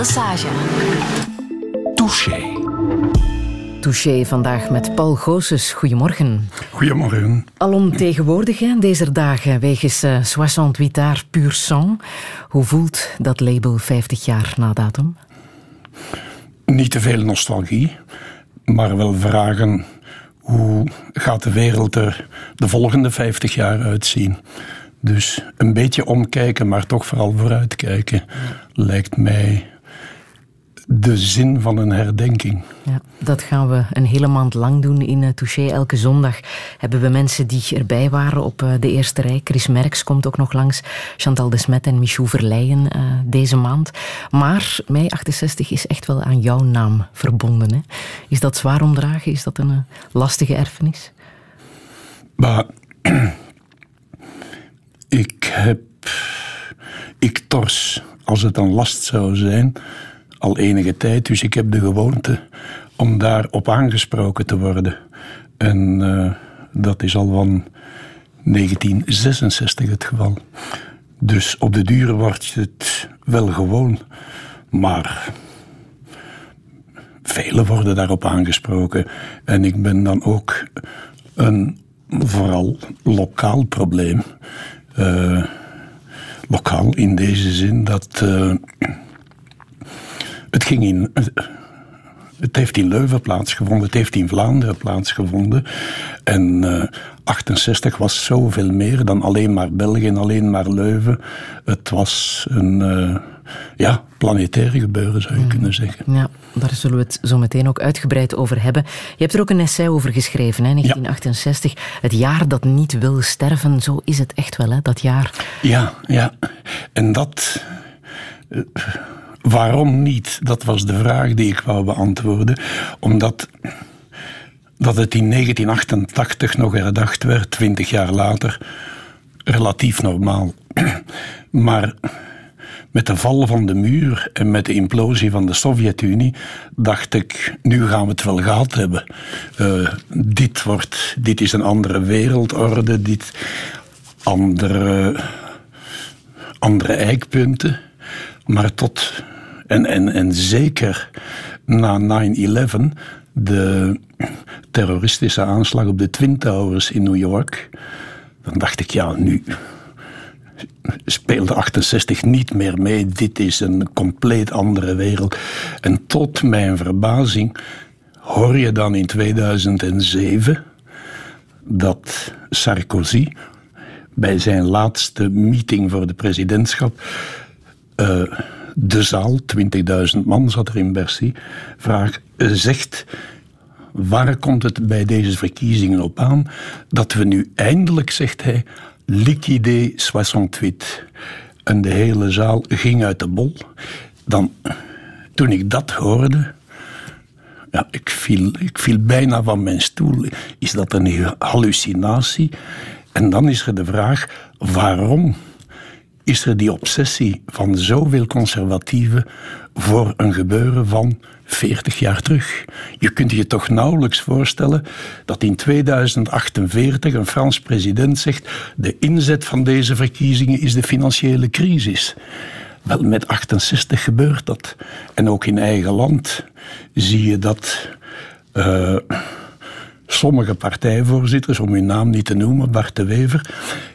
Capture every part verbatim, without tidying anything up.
Passage. Touché. Touché vandaag met Paul Goossens. Goedemorgen. Goedemorgen. Alomtegenwoordig hè, deze dagen wegens uh, soixante-huit Art Pur Sang. Hoe voelt dat label vijftig jaar na datum? Niet te veel nostalgie, maar wel vragen: hoe gaat de wereld er de volgende vijftig jaar uitzien? Dus een beetje omkijken, maar toch vooral vooruitkijken, lijkt mij de zin van een herdenking. Ja, dat gaan we een hele maand lang doen in uh, Touché. Elke zondag hebben we mensen die erbij waren op uh, de eerste rij. Chris Merks komt ook nog langs. Chantal de Smet en Michou Verleijen uh, deze maand. Maar mei achtenzestig is echt wel aan jouw naam verbonden. Hè? Is dat zwaar omdragen? Is dat een uh, lastige erfenis? Maar ik heb... Ik tors, als het een last zou zijn, al enige tijd. Dus ik heb de gewoonte om daarop aangesproken te worden. En uh, dat is al van negentien zesenzestig het geval. Dus op de duur wordt het wel gewoon. Maar velen worden daarop aangesproken. En ik ben dan ook een vooral lokaal probleem. Uh, lokaal in deze zin dat... Uh, Het ging in... Het heeft in Leuven plaatsgevonden, het heeft in Vlaanderen plaatsgevonden. En uh, achtenzestig was zoveel meer dan alleen maar België en alleen maar Leuven. Het was een uh, ja, planetair gebeuren, zou je mm. kunnen zeggen. Ja, daar zullen we het zo meteen ook uitgebreid over hebben. Je hebt er ook een essay over geschreven, hè, negentien achtenzestig. Ja. Het jaar dat niet wil sterven, zo is het echt wel, hè, dat jaar. Ja, ja. En dat... Uh, Waarom niet? Dat was de vraag die ik wou beantwoorden. Omdat dat het in negentien achtentachtig nog herdacht werd, twintig jaar later, relatief normaal. Maar met de val van de muur en met de implosie van de Sovjet-Unie dacht ik, nu gaan we het wel gehad hebben. Uh, dit, wordt, dit is een andere wereldorde, dit andere, andere eikpunten. Maar tot... En, en, en zeker na nine eleven, de terroristische aanslag op de Twin Towers in New York, dan dacht ik, ja, nu speelde achtenzestig niet meer mee. Dit is een compleet andere wereld. En tot mijn verbazing hoor je dan in tweeduizend zeven dat Sarkozy bij zijn laatste meeting voor de presidentschap... Uh, de zaal, twintigduizend man zat er in Bercy, vraag, zegt, waar komt het bij deze verkiezingen op aan dat we nu eindelijk, zegt hij, liquider soixante-huit. En de hele zaal ging uit de bol. Dan, toen ik dat hoorde, ja, ik viel, ik viel bijna van mijn stoel. Is dat een hallucinatie? En dan is er de vraag, waarom is er die obsessie van zoveel conservatieven voor een gebeuren van veertig jaar terug? Je kunt je toch nauwelijks voorstellen dat in tweeduizend achtenveertig een Frans president zegt, de inzet van deze verkiezingen is de financiële crisis. Wel, met achtenzestig gebeurt dat. En ook in eigen land zie je dat uh, sommige partijvoorzitters, om hun naam niet te noemen, Bart de Wever,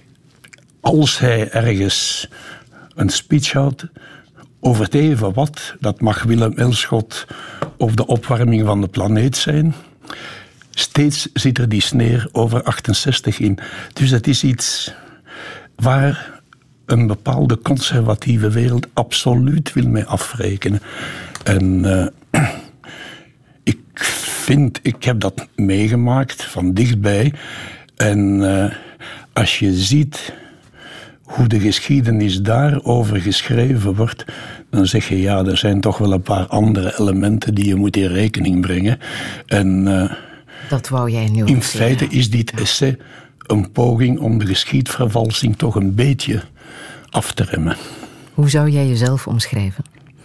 als hij ergens een speech houdt over het even wat, dat mag Willem Elschot of de opwarming van de planeet zijn, steeds zit er die sneer over achtenzestig in. Dus dat is iets waar een bepaalde conservatieve wereld absoluut wil mee afrekenen. En uh, ik vind, ik heb dat meegemaakt van dichtbij. En uh, als je ziet hoe de geschiedenis daarover geschreven wordt, dan zeg je, ja, er zijn toch wel een paar andere elementen die je moet in rekening brengen. En uh, dat wou jij nu in feite is dit essay een poging om de geschiedvervalsing toch een beetje af te remmen. Hoe zou jij jezelf omschrijven?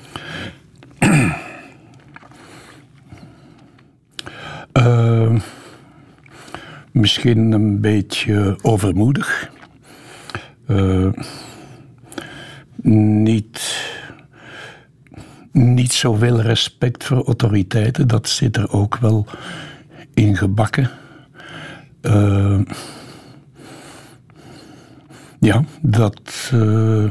Uh, misschien een beetje overmoedig. Uh, niet, niet zoveel respect voor autoriteiten. Dat zit er ook wel in gebakken. Uh, ja, dat uh,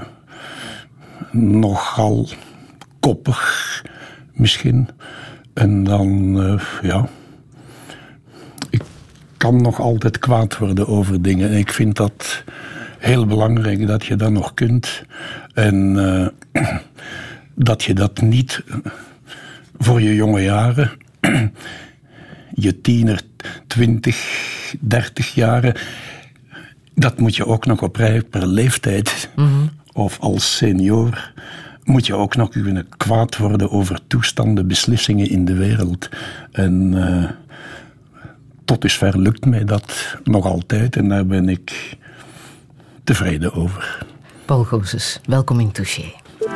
nogal koppig misschien. En dan, uh, ja... Ik kan nog altijd kwaad worden over dingen. En ik vind dat heel belangrijk dat je dat nog kunt. En uh, dat je dat niet voor je jonge jaren, je tiener, twintig, dertig jaren, dat moet je ook nog op rijper leeftijd, mm-hmm. of als senior, moet je ook nog kunnen kwaad worden over toestanden, beslissingen in de wereld. En uh, tot dusver lukt mij dat nog altijd en daar ben ik tevreden over. Paul Gozes, welkom in Touché.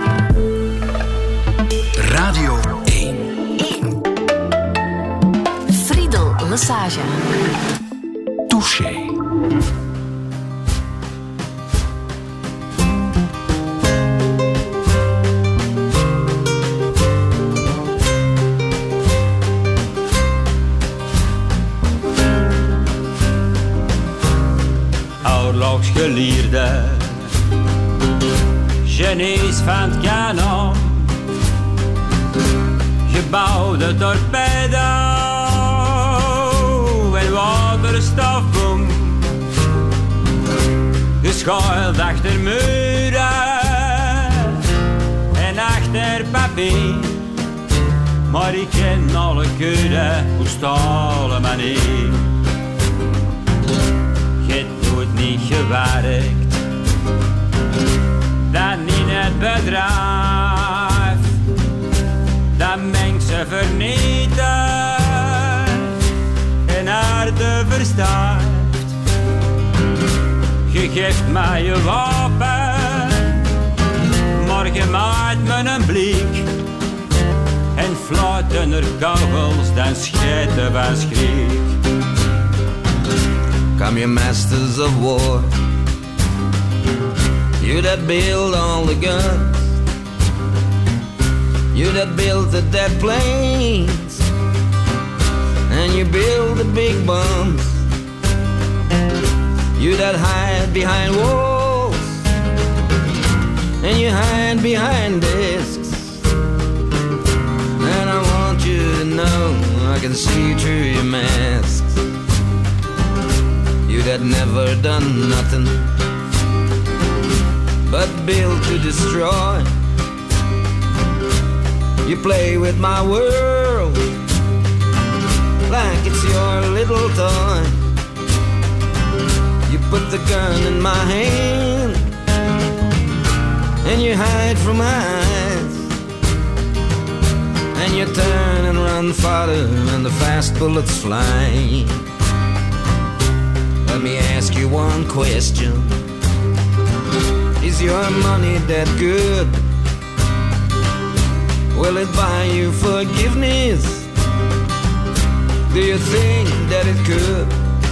Radio één. één. Friedel Lesage. Touché. Oorlogsgelierde genies van het kanon, gebouwde torpedo en waterstofbom, geschuild achter muren en achter papier. Maar ik ken alle kuren, hoe stalen manier. Je doet niet gewerkt, dan in het bedrijf, dat mensen vernietigt en aarde verstaat. Je geeft mij je wapen, maar je maakt me een blik en fluiten er kogels, dan schijten van schrik. Come, you masters of war, you that build all the guns, you that build the dead planes, and you build the big bombs, you that hide behind walls, and you hide behind desks, and I want you to know I can see through your masks. You that never done nothing but build to destroy. You play with my world like it's your little toy. You put the gun in my hand and you hide from my eyes, and you turn and run farther and the fast bullets fly. Let me ask you one question. Is your money that good? Will it buy you forgiveness? Do you think that it could?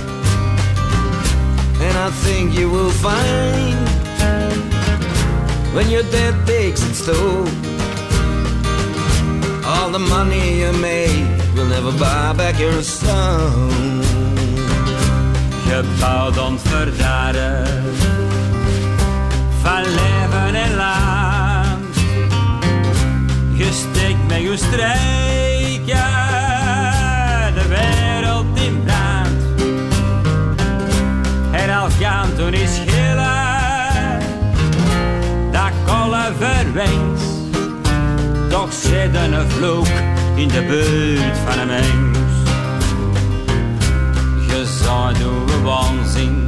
And I think you will find when your death takes its toll, all the money you made will never buy back your soul. Gebouwd ontverdaren van leven en land. Je steekt met je streken de wereld in brand. En al kan toen is schillen dat kolen verwenkt. Toch zit een vloek in de buurt van een mens. Zo doen we waanzin,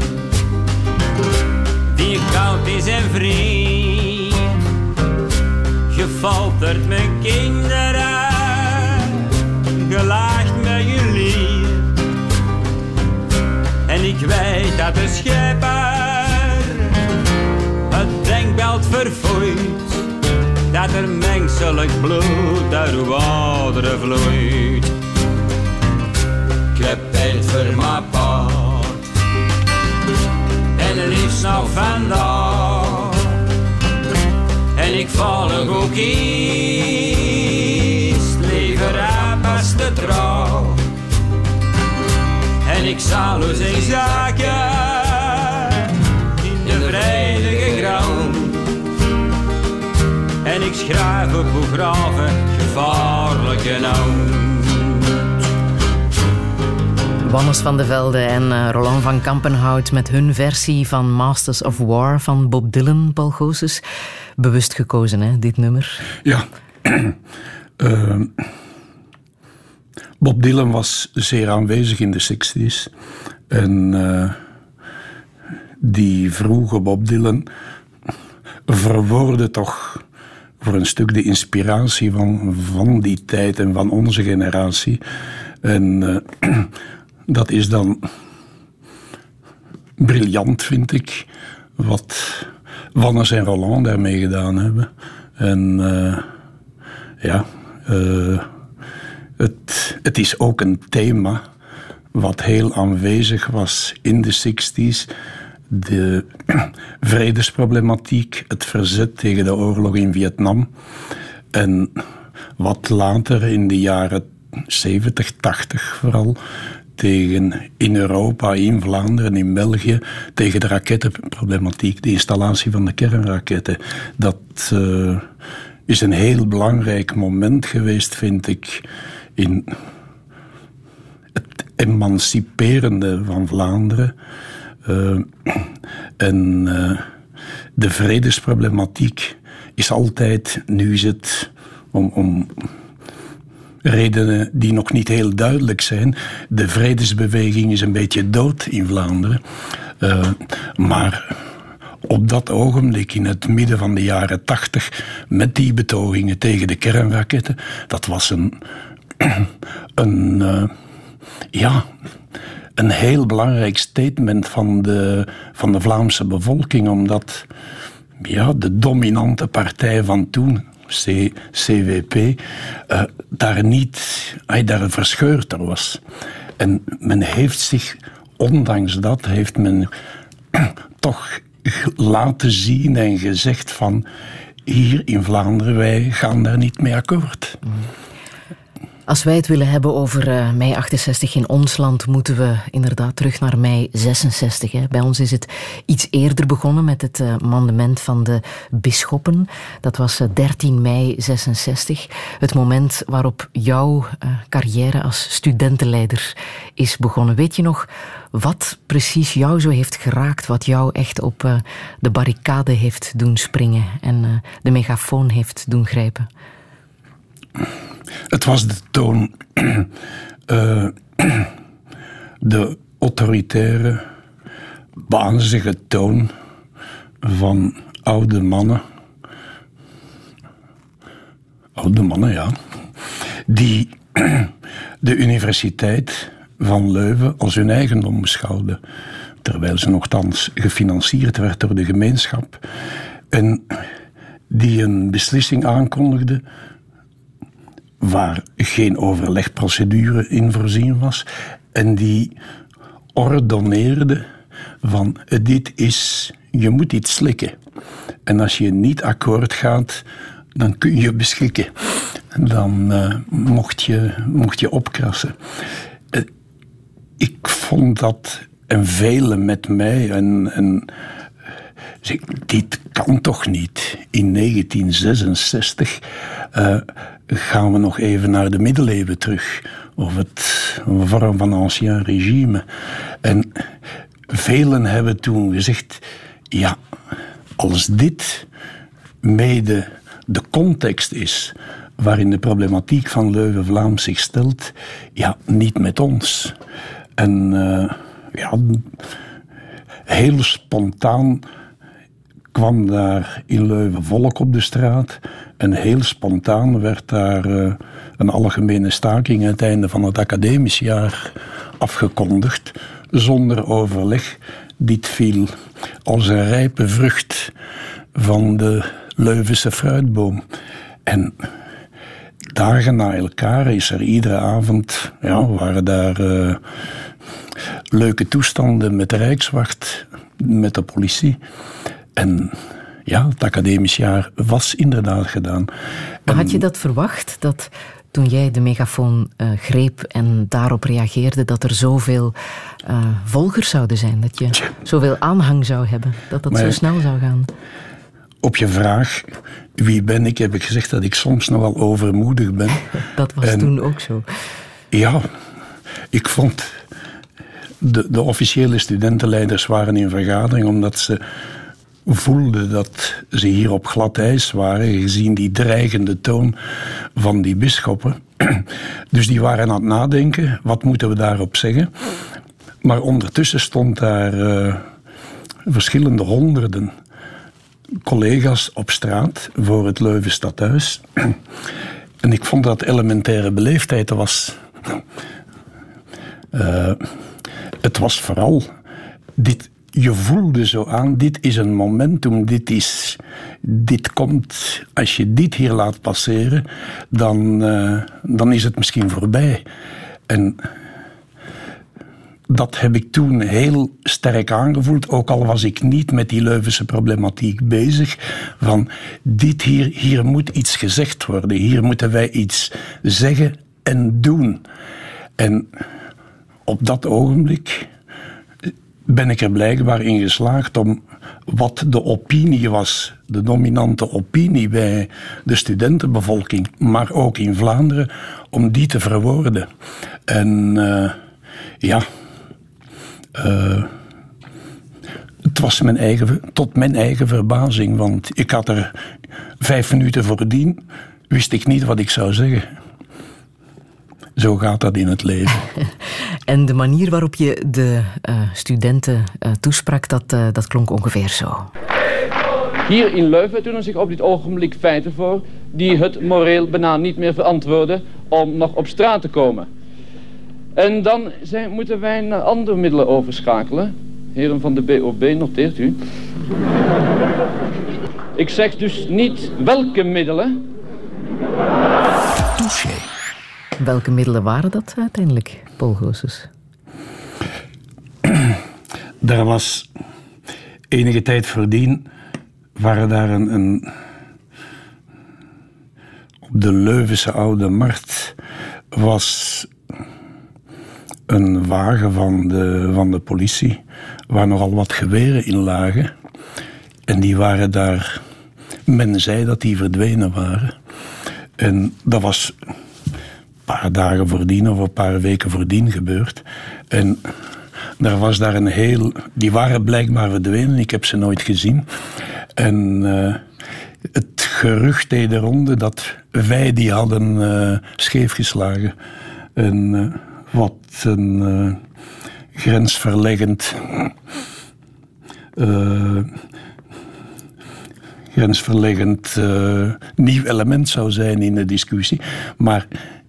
die koud is en vriend. Je foltert mijn kinderen, je laagt met je lief. En ik weet dat de schepper het denkbeeld verfoeit, dat er menselijk bloed uit uw aderen vloeit. Ik heb geld voor mijn paard en liefst nog vandaag. En ik volg ook hier de trouw. En ik zal dus een zaakje in de vrijdige grauw. En ik schrijf op hoe graven gevaarlijke nou. Wannes van de Velde en uh, Roland van Kampenhout met hun versie van Masters of War van Bob Dylan, Paul Goossens. Bewust gekozen, hè, dit nummer? Ja. uh, Bob Dylan was zeer aanwezig in de zestig's. En uh, die vroege Bob Dylan verwoordde toch voor een stuk de inspiratie van, van die tijd en van onze generatie. En uh, dat is dan briljant, vind ik, wat Wannes en Roland daarmee gedaan hebben. En uh, ja, uh, het, het is ook een thema wat heel aanwezig was in de zestig's. De vredesproblematiek, het verzet tegen de oorlog in Vietnam. En wat later in de jaren zeventig, tachtig vooral, tegen in Europa, in Vlaanderen, in België, tegen de rakettenproblematiek, de installatie van de kernraketten. Dat uh, is een heel belangrijk moment geweest, vind ik, in het emanciperende van Vlaanderen. Uh, en uh, de vredesproblematiek is altijd, nu is het om, om redenen die nog niet heel duidelijk zijn, de vredesbeweging is een beetje dood in Vlaanderen. Uh, maar op dat ogenblik, in het midden van de jaren tachtig, met die betogingen tegen de kernraketten, dat was een, een uh, ja... een heel belangrijk statement van de, van de Vlaamse bevolking, omdat ja, de dominante partij van toen, C, C W P, uh, daar niet, uh, daar verscheurder was. En men heeft zich, ondanks dat, heeft men toch laten zien en gezegd van, hier in Vlaanderen, wij gaan daar niet mee akkoord. Mm. Als wij het willen hebben over uh, mei achtenzestig in ons land, moeten we inderdaad terug naar mei zesenzestig. Hè. Bij ons is het iets eerder begonnen met het uh, mandement van de bisschoppen. Dat was uh, dertien mei zesenzestig. Het moment waarop jouw uh, carrière als studentenleider is begonnen. Weet je nog wat precies jou zo heeft geraakt, wat jou echt op uh, de barricade heeft doen springen en uh, de megafoon heeft doen grijpen? Het was de toon, uh, de autoritaire, bazige toon van oude mannen. Oude mannen, ja. Die de universiteit van Leuven als hun eigendom beschouwden. Terwijl ze nogthans gefinancierd werd door de gemeenschap. En die een beslissing aankondigde waar geen overlegprocedure in voorzien was en die ordoneerde van dit is, je moet iets slikken. En als je niet akkoord gaat, dan kun je beschikken. Dan uh, mocht, je, mocht je opkrassen. Uh, ik vond dat, en velen met mij, en, en zeg, dit kan toch niet. In negentien zesenzestig uh, gaan we nog even naar de middeleeuwen terug. Of het vorm van ancien regime. En velen hebben toen gezegd, ja, als dit mede de context is waarin de problematiek van Leuven-Vlaams zich stelt, ja, niet met ons. En uh, ja, heel spontaan kwam daar in Leuven volk op de straat en heel spontaan werd daar uh, een algemene staking aan het einde van het academisch jaar afgekondigd, zonder overleg. Dit viel als een rijpe vrucht van de Leuvense fruitboom. En dagen na elkaar is er iedere avond, ja, waren daar uh, leuke toestanden met de Rijkswacht, met de politie. En ja, het academisch jaar was inderdaad gedaan. Maar had je dat verwacht, dat toen jij de megafoon uh, greep en daarop reageerde, dat er zoveel uh, volgers zouden zijn, dat je Tja. zoveel aanhang zou hebben, dat dat maar zo snel zou gaan? Op je vraag, wie ben ik, heb ik gezegd dat ik soms nogal overmoedig ben. Dat was en, toen ook zo. Ja, ik vond... De, de officiële studentenleiders waren in vergadering omdat ze voelden dat ze hier op glad ijs waren, gezien die dreigende toon van die bisschoppen. Dus die waren aan het nadenken, wat moeten we daarop zeggen? Maar ondertussen stond daar uh, verschillende honderden collega's op straat voor het Leuven Stadhuis. En ik vond dat elementaire beleefdheid was. Uh, het was vooral dit. Je voelde zo aan, dit is een momentum, dit is, dit komt, als je dit hier laat passeren, dan, uh, dan is het misschien voorbij. En dat heb ik toen heel sterk aangevoeld, ook al was ik niet met die Leuvense problematiek bezig, van dit hier, hier moet iets gezegd worden, hier moeten wij iets zeggen en doen. En op dat ogenblik ben ik er blijkbaar in geslaagd om wat de opinie was, de dominante opinie bij de studentenbevolking, maar ook in Vlaanderen, om die te verwoorden. En uh, ja, uh, het was mijn eigen, tot mijn eigen verbazing, want ik had er vijf minuten voordien, wist ik niet wat ik zou zeggen. Zo gaat dat in het leven. En de manier waarop je de uh, studenten uh, toesprak, dat, uh, dat klonk ongeveer zo. Hier in Leuven doen er zich op dit ogenblik feiten voor die het moreel bijna niet meer verantwoorden om nog op straat te komen. En dan zijn, moeten wij naar andere middelen overschakelen. Heren van de B O B, noteert u. Ik zeg dus niet welke middelen. Touché. Welke middelen waren dat uiteindelijk, Paul Goossens? Er was enige tijd voordien, waren daar een, een op de Leuvense Oude Markt was een wagen van de, van de politie waar nogal wat geweren in lagen. En die waren daar, men zei dat die verdwenen waren. En dat was een paar dagen voordien of een paar weken voordien gebeurd. En er was daar een heel... Die waren blijkbaar verdwenen, ik heb ze nooit gezien. En uh, het gerucht deed de ronde dat wij die hadden uh, scheefgeslagen. En uh, wat een uh, grensverleggend... Uh, grensverleggend uh, nieuw element zou zijn in de discussie. Maar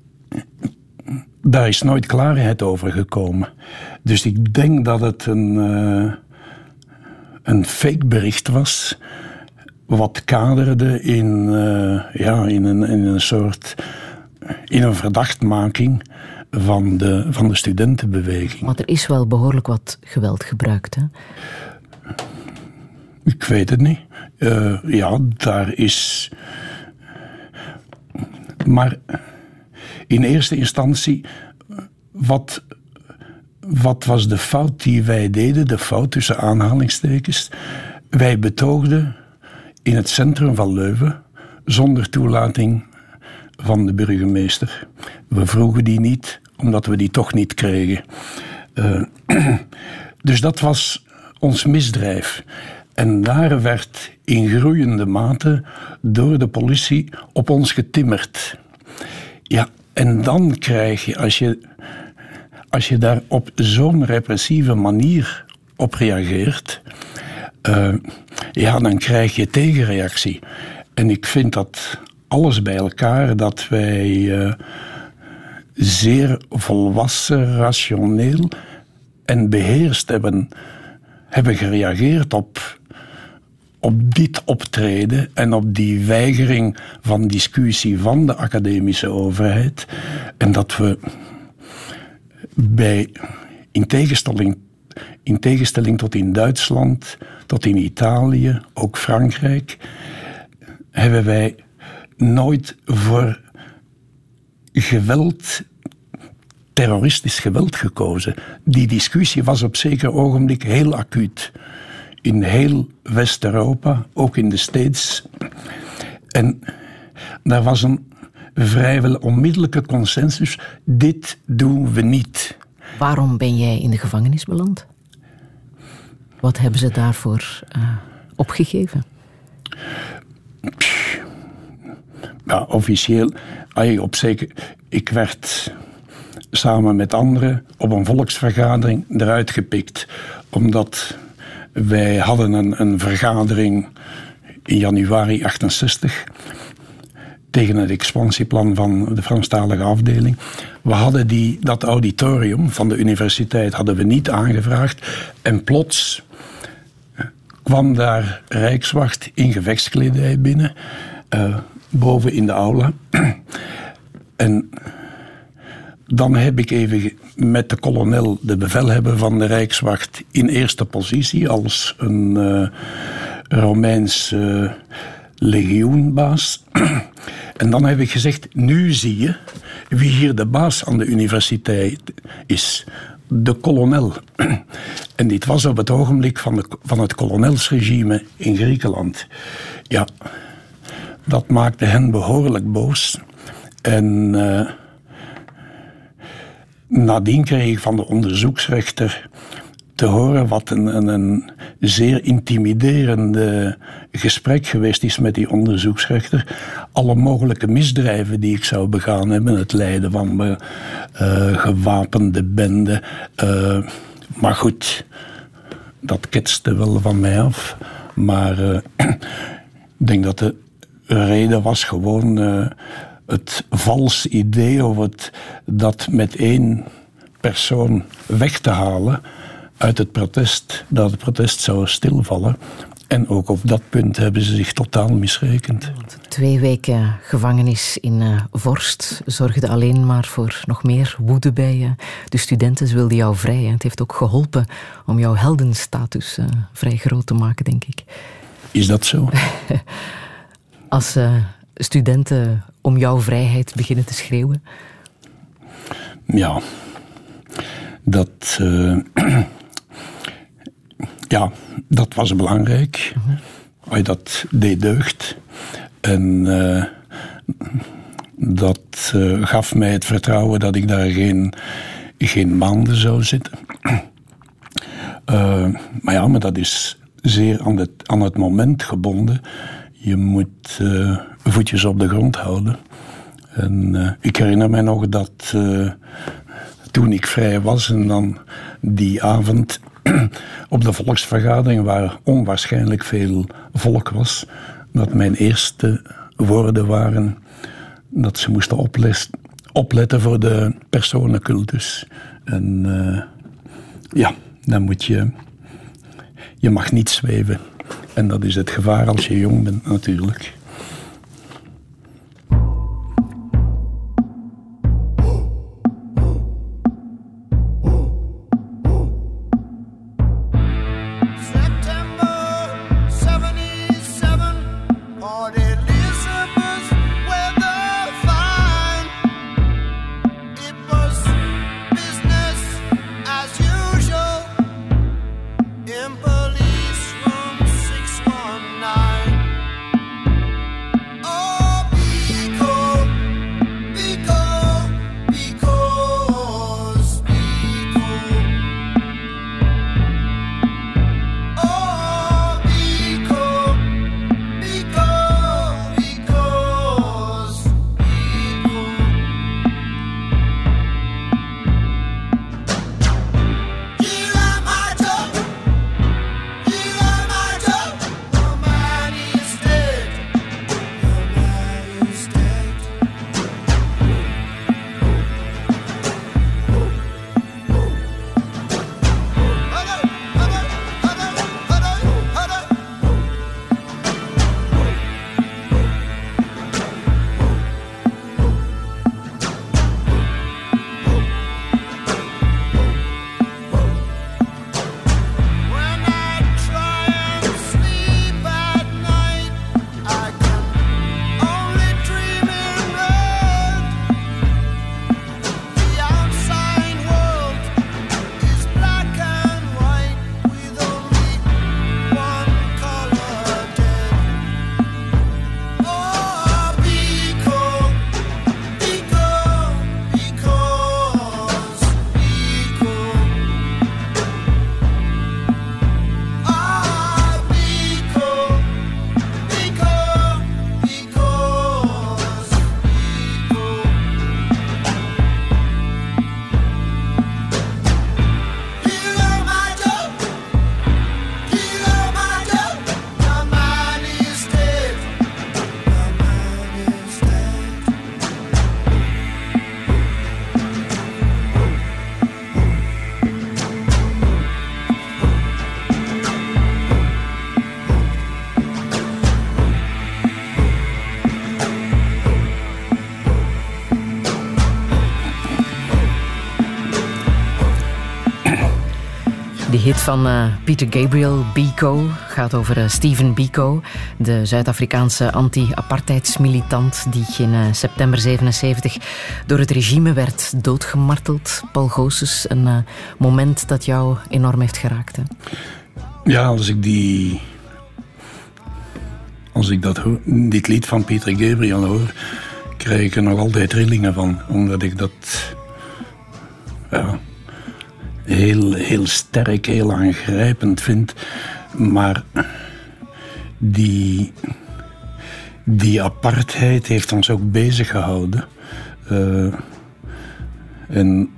daar is nooit klaarheid over gekomen. Dus ik denk dat het een, uh, een fake bericht was, wat kaderde in, uh, ja, in, een, in een soort, in een verdachtmaking van de, van de studentenbeweging. Want er is wel behoorlijk wat geweld gebruikt, hè? Ik weet het niet. Uh, ja, daar is... Maar in eerste instantie, wat, wat was de fout die wij deden? De fout tussen aanhalingstekens. Wij betoogden in het centrum van Leuven zonder toelating van de burgemeester. We vroegen die niet, omdat we die toch niet kregen. Uh, dus dat was ons misdrijf. En daar werd in groeiende mate door de politie op ons getimmerd. Ja, en dan krijg je, als je, als je daar op zo'n repressieve manier op reageert, uh, ja, dan krijg je tegenreactie. En ik vind dat alles bij elkaar, dat wij uh, zeer volwassen, rationeel en beheerst hebben, hebben gereageerd op... op dit optreden en op die weigering van discussie van de academische overheid. En dat we bij, in tegenstelling, in tegenstelling tot in Duitsland, tot in Italië, ook Frankrijk, hebben wij nooit voor geweld, terroristisch geweld gekozen. Die discussie was op zeker ogenblik heel acuut. In heel West-Europa, ook in de States. En daar was een vrijwel onmiddellijke consensus. Dit doen we niet. Waarom ben jij in de gevangenis beland? Wat hebben ze daarvoor uh, opgegeven? Ja, officieel, op zeker, ik werd samen met anderen op een volksvergadering eruit gepikt. Omdat wij hadden een, een vergadering in januari achtenzestig tegen het expansieplan van de Franstalige afdeling. We hadden die, dat auditorium van de universiteit hadden we niet aangevraagd. En plots kwam daar Rijkswacht in gevechtskledij binnen, uh, boven in de aula. En dan heb ik even met de kolonel, de bevelhebber van de Rijkswacht, in eerste positie als een uh, Romeins uh, legioenbaas. En dan heb ik gezegd, nu zie je wie hier de baas aan de universiteit is. De kolonel. En dit was op het ogenblik van, de, van het kolonelsregime in Griekenland. Ja, dat maakte hen behoorlijk boos. En uh, nadien kreeg ik van de onderzoeksrechter te horen wat een, een, een zeer intimiderende gesprek geweest is met die onderzoeksrechter. Alle mogelijke misdrijven die ik zou begaan hebben. Het leiden van me, uh, gewapende benden. Uh, maar goed, dat ketste wel van mij af. Maar uh, ik denk dat de reden was gewoon uh, het vals idee of het, dat met één persoon weg te halen uit het protest, dat het protest zou stilvallen. En ook op dat punt hebben ze zich totaal misrekend. Twee weken gevangenis in uh, Vorst zorgde alleen maar voor nog meer woede bij uh, de studenten. Ze wilden jou vrij. Het heeft ook geholpen om jouw heldenstatus uh, vrij groot te maken, denk ik. Is dat zo? Als uh, studenten om jouw vrijheid beginnen te schreeuwen? Ja, dat... Uh, Ja, dat was belangrijk. Uh-huh. Dat deed deugd. En uh, dat uh, gaf mij het vertrouwen dat ik daar geen, geen maanden zou zitten. Uh, maar ja, maar dat is zeer aan het, aan het moment gebonden. Je moet uh, voetjes op de grond houden. En uh, ik herinner mij nog dat uh, toen ik vrij was en dan die avond op de volksvergadering, waar onwaarschijnlijk veel volk was, dat mijn eerste woorden waren dat ze moesten oples- opletten voor de personencultus. En uh, ja, dan moet je... Je mag niet zweven. En dat is het gevaar als je jong bent, natuurlijk. In police room six one nine hit van uh, Peter Gabriel, Biko, gaat over uh, Stephen Biko, de Zuid-Afrikaanse anti-apartheidsmilitant die in uh, september zevenenzeventig door het regime werd doodgemarteld. Paul Goossens, een uh, moment dat jou enorm heeft geraakt. Hè? Ja, als ik die... Als ik dat hoor, dit lied van Peter Gabriel hoor, krijg ik er nog altijd rillingen van. Omdat ik dat... Ja... Heel, heel sterk, heel aangrijpend vind. Maar die, die apartheid heeft ons ook bezig gehouden. Uh, en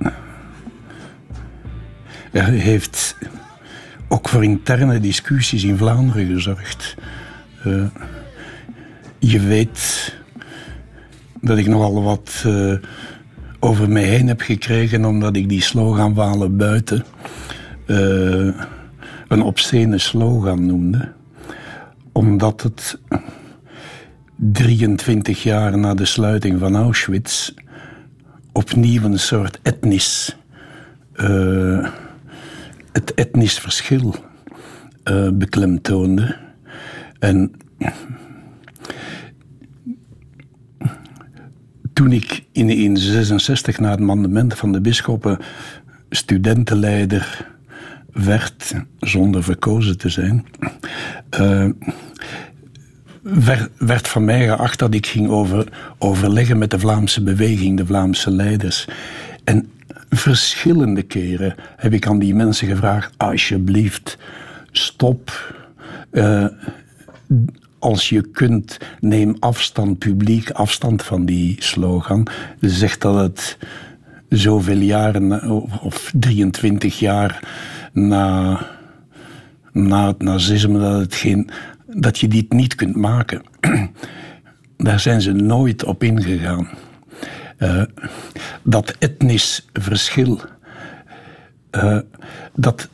er heeft ook voor interne discussies in Vlaanderen gezorgd. Uh, je weet dat ik nogal wat... Uh, over mij heen heb gekregen omdat ik die slogan Walen buiten uh, een obscene slogan noemde. Omdat het drieëntwintig jaar na de sluiting van Auschwitz opnieuw een soort etnisch, uh, het etnisch verschil uh, beklemtoonde. En toen ik in negentien zesenzestig na het mandement van de bisschoppen studentenleider werd, zonder verkozen te zijn, uh, werd, werd van mij geacht dat ik ging over, overleggen met de Vlaamse beweging, de Vlaamse leiders. En verschillende keren heb ik aan die mensen gevraagd, alsjeblieft, stop. Uh, Als je kunt, neem afstand, publiek afstand van die slogan. Zeg dat het zoveel jaren, of drieëntwintig jaar na, na het nazisme, dat, het geen, dat je dit niet kunt maken. Daar zijn ze nooit op ingegaan. Uh, dat etnisch verschil, uh, dat...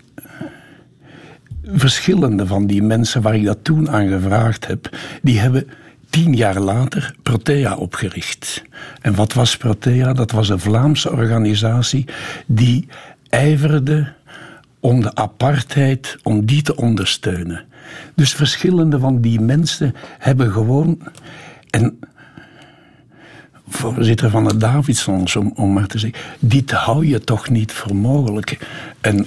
Verschillende van die mensen waar ik dat toen aan gevraagd heb, die hebben tien jaar later Protea opgericht. En wat was Protea? Dat was een Vlaamse organisatie die ijverde om de apartheid, om die te ondersteunen. Dus verschillende van die mensen hebben gewoon... En voorzitter van de Davidsons, om, om maar te zeggen, dit hou je toch niet voor mogelijk. En...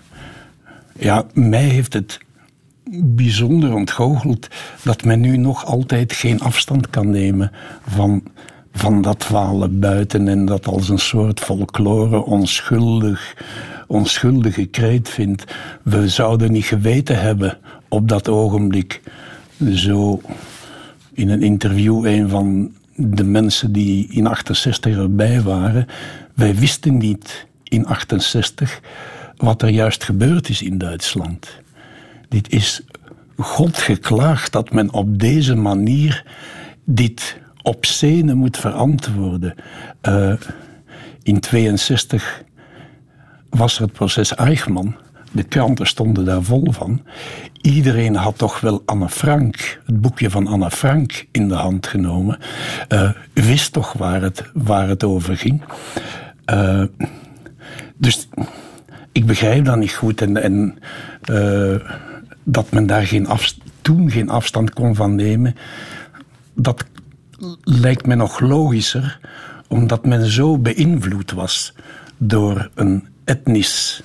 Ja, mij heeft het bijzonder ontgoocheld dat men nu nog altijd geen afstand kan nemen van, van dat Walen buiten en dat als een soort folklore onschuldig, onschuldige kreet vindt. We zouden niet geweten hebben op dat ogenblik. Zo in een interview een van de mensen die in achtenzestig erbij waren. Wij wisten niet in achtenzestig... wat er juist gebeurd is in Duitsland. Dit is God geklaagd dat men op deze manier dit obscene moet verantwoorden. Uh, in tweeënzestig was er het proces Eichmann. De kranten stonden daar vol van. Iedereen had toch wel Anne Frank, het boekje van Anne Frank, in de hand genomen. Uh, wist toch waar het, waar het over ging. Uh, dus... Ik begrijp dat niet goed en, en uh, dat men daar geen afst- toen geen afstand kon van nemen. Dat lijkt me nog logischer, omdat men zo beïnvloed was door een etnisch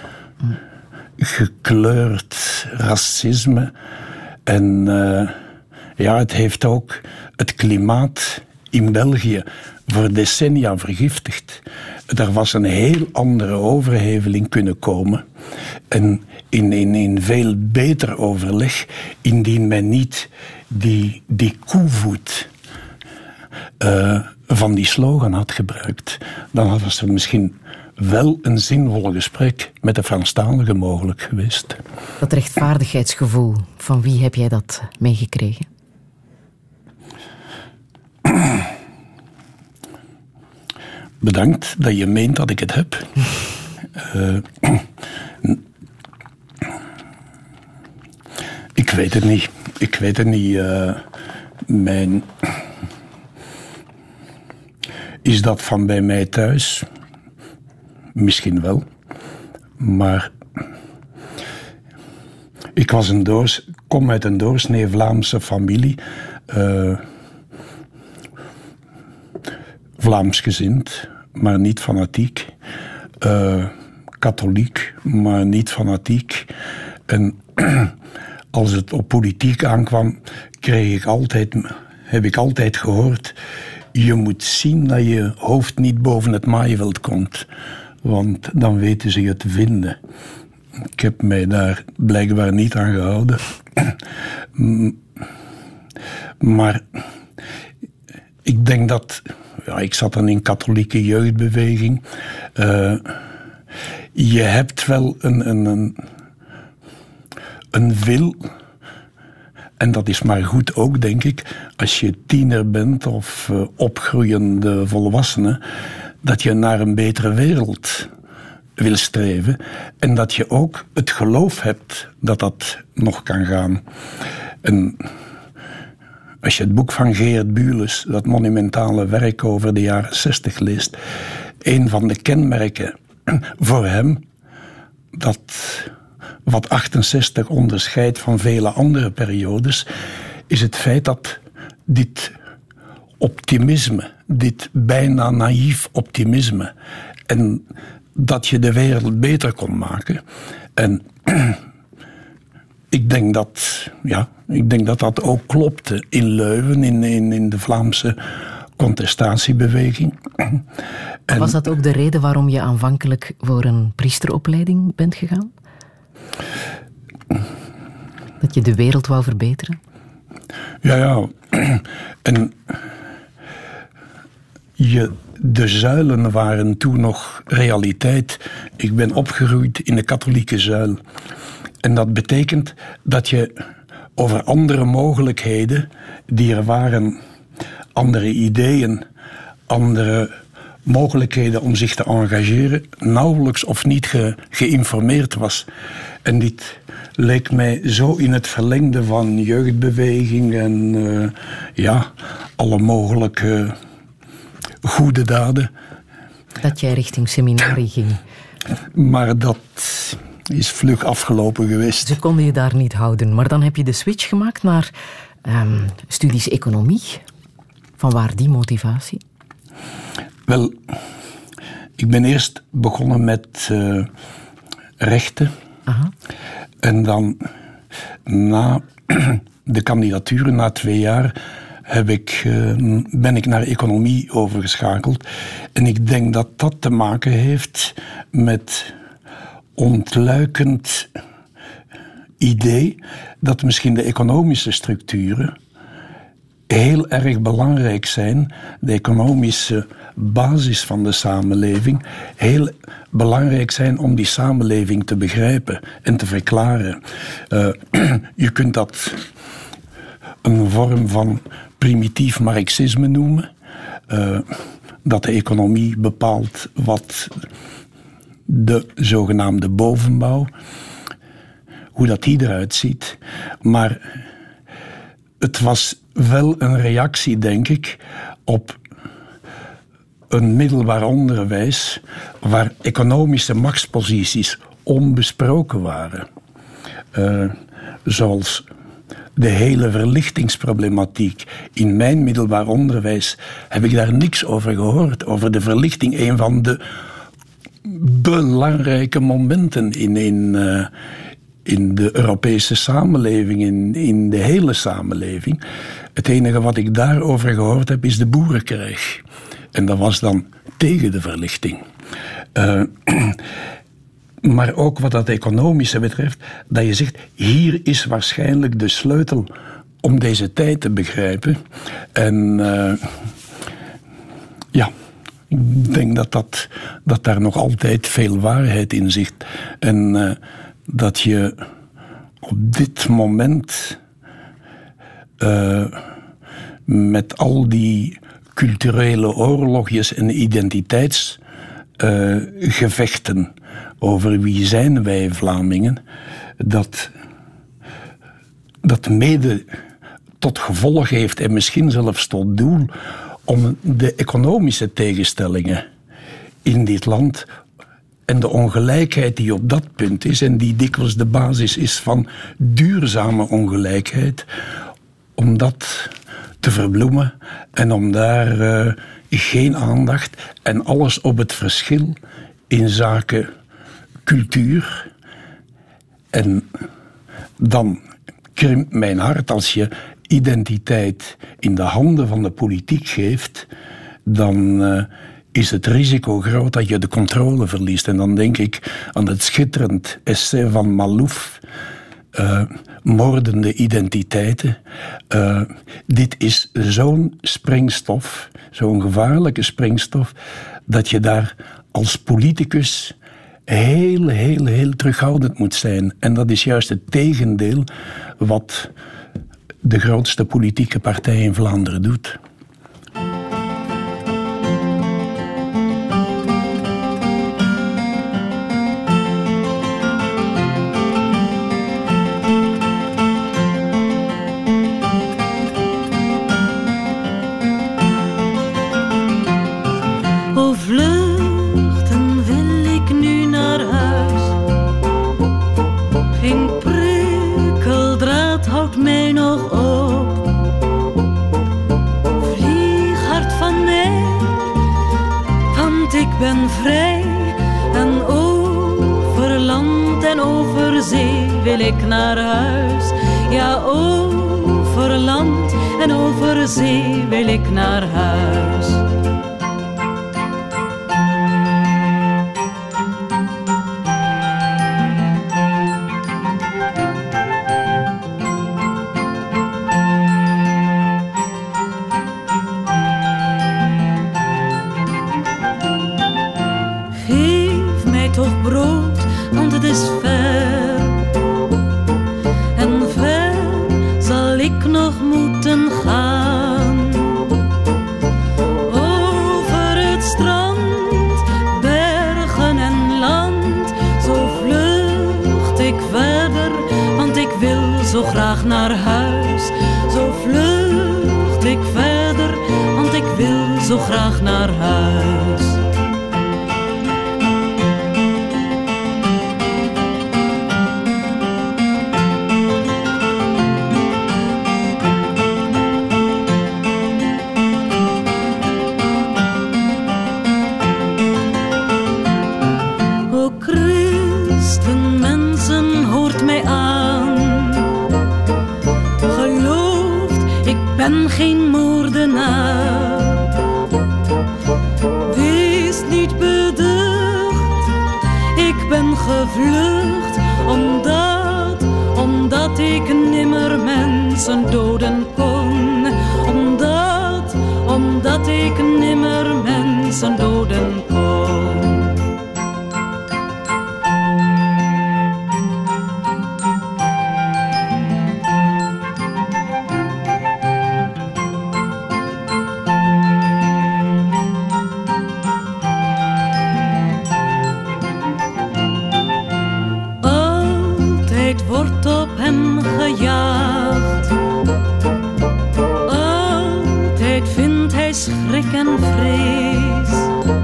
gekleurd racisme. En uh, ja, het heeft ook het klimaat in België voor decennia vergiftigd. Er was een heel andere overheveling kunnen komen. En in, in, in veel beter overleg, indien men niet die, die koevoet uh, van die slogan had gebruikt, dan was er misschien wel een zinvol gesprek met de Franstaligen mogelijk geweest. Dat rechtvaardigheidsgevoel, van wie heb jij dat meegekregen? Bedankt dat je meent dat ik het heb. Uh, ik weet het niet. Ik weet het niet. Uh, mijn... Is dat van bij mij thuis? Misschien wel. Maar ik was een doors, kom uit een doorsnee Vlaamse familie. Uh, Vlaamsgezind, maar niet fanatiek. Uh, katholiek, maar niet fanatiek. En als het op politiek aankwam, kreeg ik altijd, heb ik altijd gehoord, je moet zien dat je hoofd niet boven het maaiveld komt. Want dan weten ze je te vinden. Ik heb mij daar blijkbaar niet aan gehouden. Maar ik denk dat... Ja, ik zat dan in katholieke jeugdbeweging. Uh, je hebt wel een, een, een, een wil... En dat is maar goed ook, denk ik, als je tiener bent of uh, opgroeiende volwassene, dat je naar een betere wereld wil streven. En dat je ook het geloof hebt dat dat nog kan gaan. En als je het boek van Geert Bules, dat monumentale werk over de jaren zestig leest, een van de kenmerken voor hem, dat wat achtenzestig onderscheidt van vele andere periodes, is het feit dat dit optimisme, dit bijna naïef optimisme, en dat je de wereld beter kon maken. En ik denk dat, ja, ik denk dat dat ook klopte in Leuven, in, in, in de Vlaamse contestatiebeweging. En was dat ook de reden waarom je aanvankelijk voor een priesteropleiding bent gegaan? Dat je de wereld wou verbeteren? Ja, ja. En je, de zuilen waren toen nog realiteit. Ik ben opgegroeid in de katholieke zuil. En dat betekent dat je over andere mogelijkheden die er waren, andere ideeën, andere mogelijkheden om zich te engageren, nauwelijks of niet ge, geïnformeerd was. En dit leek mij zo in het verlengde van jeugdbeweging en uh, ja, alle mogelijke goede daden. Dat jij richting seminarie ging. Maar dat is vlug afgelopen geweest. Ze konden je daar niet houden. Maar dan heb je de switch gemaakt naar um, studies economie. Vanwaar die motivatie? Wel, ik ben eerst begonnen met uh, rechten. Aha. En dan na de kandidaturen, na twee jaar, heb ik, uh, ben ik naar economie overgeschakeld. En ik denk dat dat te maken heeft met ontluikend idee dat misschien de economische structuren heel erg belangrijk zijn, de economische basis van de samenleving, heel belangrijk zijn om die samenleving te begrijpen en te verklaren. Uh, je kunt dat een vorm van primitief marxisme noemen, uh, dat de economie bepaalt wat de zogenaamde bovenbouw, hoe dat die eruit ziet. Maar het was wel een reactie, denk ik, op een middelbaar onderwijs waar economische machtsposities onbesproken waren. Uh, zoals de hele verlichtingsproblematiek. In mijn middelbaar onderwijs heb ik daar niks over gehoord. Over de verlichting, een van de belangrijke momenten in, in, uh, in de Europese samenleving, in, in de hele samenleving. Het enige wat ik daarover gehoord heb is de boerenkrijg. En dat was dan tegen de verlichting. Uh, maar ook wat dat economische betreft, dat je zegt, hier is waarschijnlijk de sleutel om deze tijd te begrijpen. En uh, ja, ik denk dat, dat, dat daar nog altijd veel waarheid in zit. En uh, dat je op dit moment uh, met al die culturele oorlogjes en identiteitsgevechten uh, over wie zijn wij Vlamingen, dat, dat mede tot gevolg heeft en misschien zelfs tot doel om de economische tegenstellingen in dit land En de ongelijkheid die op dat punt is, en die dikwijls de basis is van duurzame ongelijkheid, om dat te verbloemen en om daar uh, geen aandacht en alles op het verschil in zaken cultuur. En dan krimpt mijn hart als je identiteit in de handen van de politiek geeft, dan uh, is het risico groot dat je de controle verliest. En dan denk ik aan het schitterend essay van Malouf, uh, Moordende identiteiten. Uh, dit is zo'n springstof, zo'n gevaarlijke springstof, dat je daar als politicus heel, heel, heel terughoudend moet zijn. En dat is juist het tegendeel wat de grootste politieke partij in Vlaanderen doet. Wil ik naar huis, ja, over land en over zee wil ik naar huis. Geef mij toch brood, want het is ver. Gaan over het strand, bergen en land. Zo vlucht ik verder, want ik wil zo graag naar huis. Zo vlucht ik verder, want ik wil zo graag naar huis. Ben geen moordenaar. Wees niet beducht, ik ben gevlucht, omdat, omdat ik nimmer mensen doden kon. Omdat, omdat ik nimmer mensen doden kon. Wordt op hem gejaagd. Altijd vindt hij schrik en vrees.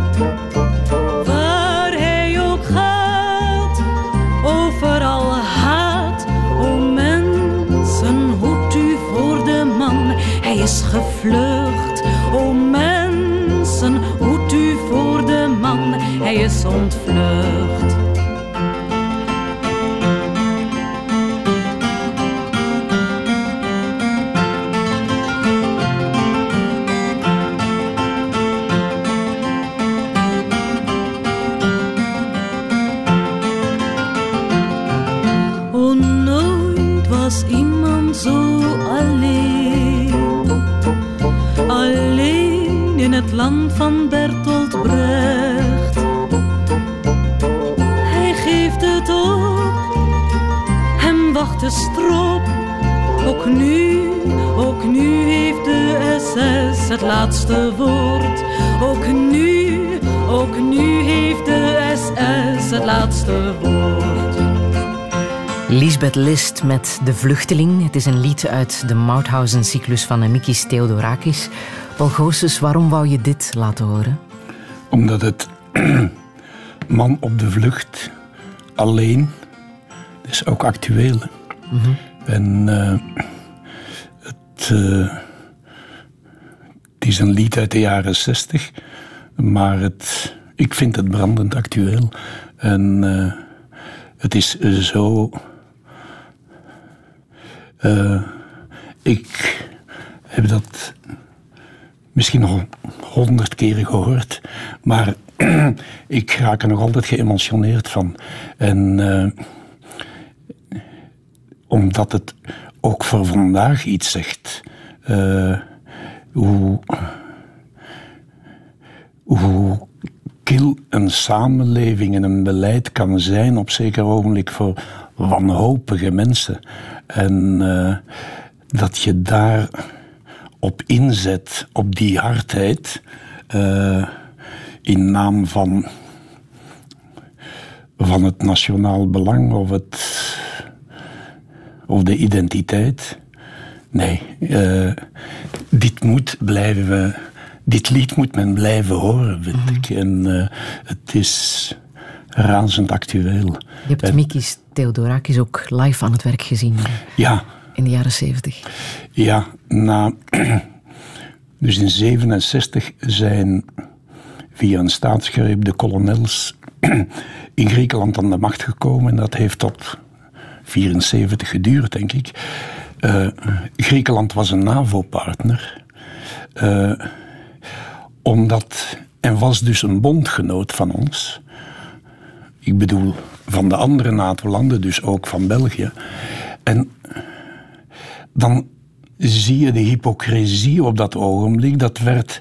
Waar hij ook gaat, overal haat. O mensen, hoed u voor de man, hij is gevlucht. O mensen, hoed u voor de man, hij is ontvlucht. Land van Bertolt Brecht. Hij geeft het op, hem wacht de strop. Ook nu, ook nu heeft de S S het laatste woord. Ook nu, ook nu heeft de S S het laatste woord. Lisbeth List met De Vluchteling. Het is een lied uit de Mauthausen-cyclus van Mikis Theodorakis. Paul Goossens, waarom wou je dit laten horen? Omdat het man op de vlucht, alleen. Dat is ook actueel. Mm-hmm. En uh, het, uh, het is een lied uit de jaren zestig, maar het, ik vind het brandend actueel. En uh, het is zo... Uh, ik heb dat misschien nog honderd keren gehoord, maar ik raak er nog altijd geëmotioneerd van. En uh, omdat het ook voor vandaag iets zegt. Uh, hoe, hoe kil een samenleving en een beleid kan zijn op zeker ogenblik voor wanhopige mensen. En uh, dat je daar op inzet, op die hardheid, uh, in naam van, van het nationaal belang of, het, of de identiteit. Nee, uh, dit moet blijven, dit lied moet men blijven horen, vind mm-hmm. ik. En uh, het is razend actueel. Je hebt en, Mikis Theodorakis ook live aan het werk gezien. Ja. In de jaren zeventig. Ja, na, dus in zevenenzestig zijn via een staatsgreep de kolonels in Griekenland aan de macht gekomen. En dat heeft tot vierenzeventig geduurd, denk ik. Uh, Griekenland was een NAVO-partner. Uh, omdat, en was dus een bondgenoot van ons. Ik bedoel, van de andere NATO-landen, dus ook van België. En dan zie je de hypocrisie op dat ogenblik. Dat werd...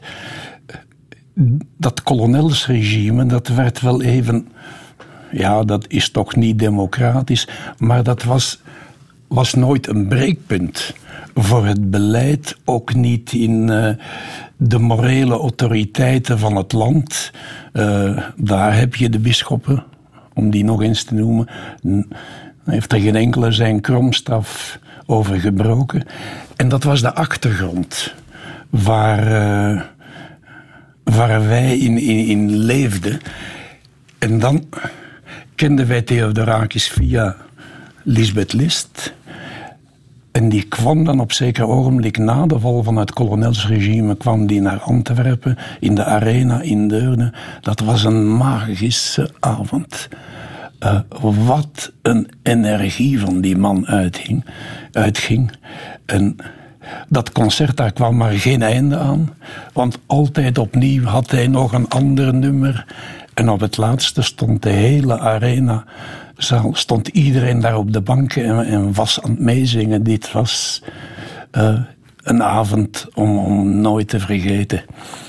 Dat kolonelsregime, dat werd wel even... Ja, dat is toch niet democratisch. Maar dat was, was nooit een breekpunt voor het beleid. Ook niet in uh, de morele autoriteiten van het land. Uh, daar heb je de bisschoppen, om die nog eens te noemen. Heeft er geen enkele zijn kromstaf over gebroken. En dat was de achtergrond waar, uh, waar wij in, in, in leefden. En dan kenden wij Theodorakis via Lisbeth List. En die kwam dan op zeker ogenblik na de val van het kolonelsregime, kwam die naar Antwerpen, in de arena in Deurne. Dat was een magische avond. Uh, wat een energie van die man uitging. uitging. En dat concert, daar kwam maar geen einde aan. Want altijd opnieuw had hij nog een ander nummer. En op het laatste stond de hele arena, stond iedereen daar op de banken en, en was aan het meezingen. Dit was uh, een avond om, om nooit te vergeten.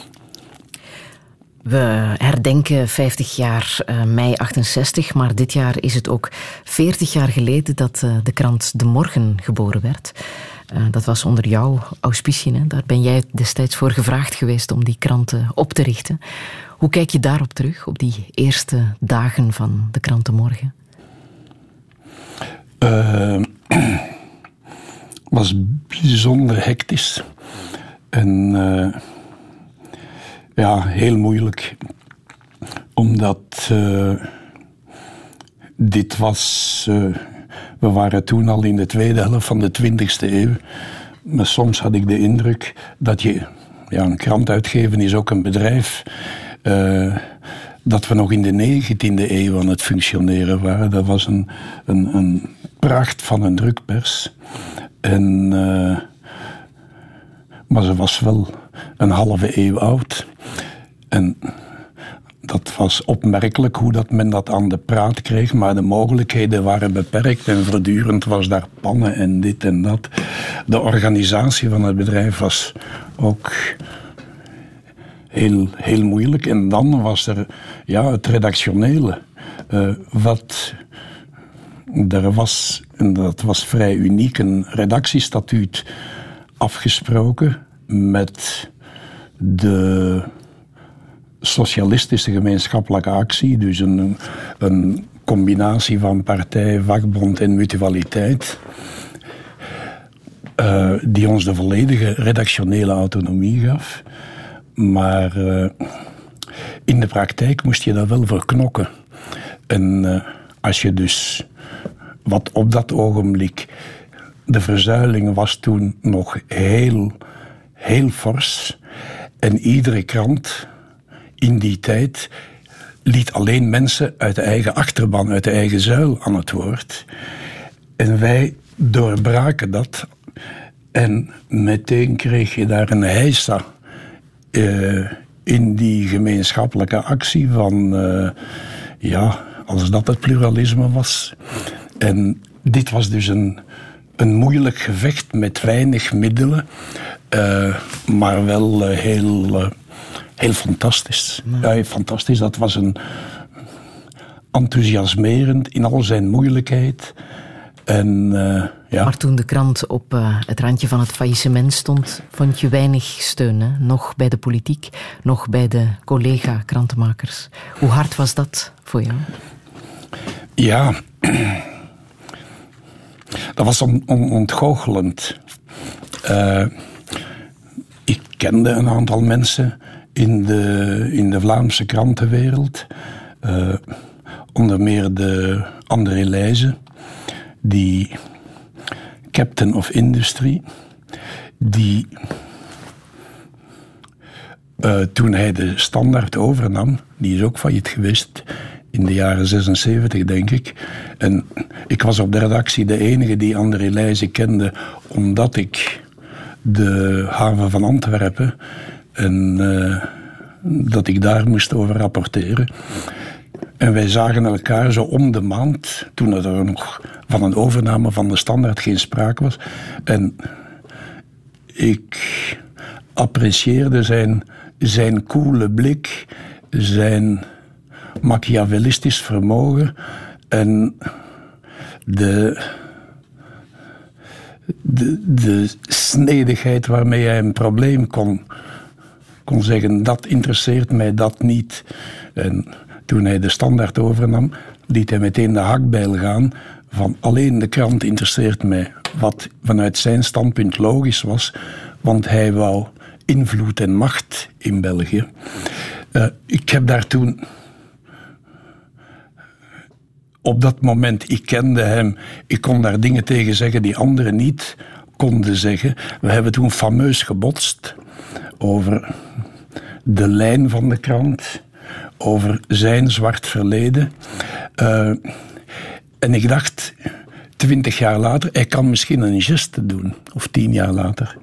We herdenken vijftig jaar uh, mei achtenzestig, maar dit jaar is het ook veertig jaar geleden dat uh, de krant De Morgen geboren werd. Uh, dat was onder jouw auspiciën, hè? Daar ben jij destijds voor gevraagd geweest om die krant uh, op te richten. Hoe kijk je daarop terug, op die eerste dagen van de krant De Morgen? Uh, was bijzonder hectisch. En... Uh, Ja, heel moeilijk. Omdat uh, dit was... Uh, we waren toen al in de tweede helft van de twintigste eeuw. Maar soms had ik de indruk dat je... Ja, een krant uitgeven is ook een bedrijf. Uh, dat we nog in de negentiende eeuw aan het functioneren waren. Dat was een, een, een pracht van een drukpers. En... Uh, maar ze was wel een halve eeuw oud. En dat was opmerkelijk hoe dat men dat aan de praat kreeg. Maar de mogelijkheden waren beperkt. En voortdurend was daar pannen en dit en dat. De organisatie van het bedrijf was ook heel, heel moeilijk. En dan was er ja, het redactionele. Uh, wat... Er was, en dat was vrij uniek, een redactiestatuut afgesproken met de socialistische gemeenschappelijke actie, dus een, een combinatie van partij, vakbond en mutualiteit, uh, die ons de volledige redactionele autonomie gaf. Maar uh, in de praktijk moest je daar wel voor knokken. En uh, als je dus, wat op dat ogenblik, de verzuiling was toen nog heel, heel fors. En iedere krant in die tijd liet alleen mensen uit de eigen achterban, uit de eigen zuil aan het woord. En wij doorbraken dat. En meteen kreeg je daar een heisa uh, in die gemeenschappelijke actie van, uh, ja, als dat het pluralisme was. En dit was dus een, een moeilijk gevecht met weinig middelen, uh, maar wel uh, heel, uh, heel fantastisch. Ja. Ja, fantastisch, dat was een enthousiasmerend in al zijn moeilijkheid. En, uh, ja. Maar toen de krant op uh, het randje van het faillissement stond, vond je weinig steun, hè? Nog bij de politiek, nog bij de collega-krantenmakers. Hoe hard was dat voor jou? Ja, dat was on- on- ontgoochelend. Uh, ik kende een aantal mensen in de, in de Vlaamse krantenwereld. Uh, onder meer de André Leijzen, die captain of industry, die uh, toen hij de Standaard overnam, die is ook failliet geweest in de jaren zesenzeventig, denk ik. En ik was op de redactie de enige die André Leijzen kende, omdat ik de haven van Antwerpen en uh, dat ik daar moest over rapporteren. En wij zagen elkaar zo om de maand, toen er nog van een overname van de Standaard geen sprake was. En ik apprecieerde zijn, zijn koele blik, zijn machiavellistisch vermogen en de, de, de snedigheid waarmee hij een probleem kon, kon zeggen, dat interesseert mij, dat niet. En toen hij de Standaard overnam, liet hij meteen de hakbijl gaan van alleen de krant interesseert mij, wat vanuit zijn standpunt logisch was, want hij wou invloed en macht in België. Uh, ik heb daar toen op dat moment, ik kende hem, ik kon daar dingen tegen zeggen die anderen niet konden zeggen. We hebben toen fameus gebotst over de lijn van de krant, over zijn zwart verleden. Uh, en ik dacht, twintig jaar later, hij kan misschien een geste doen. Of tien jaar later.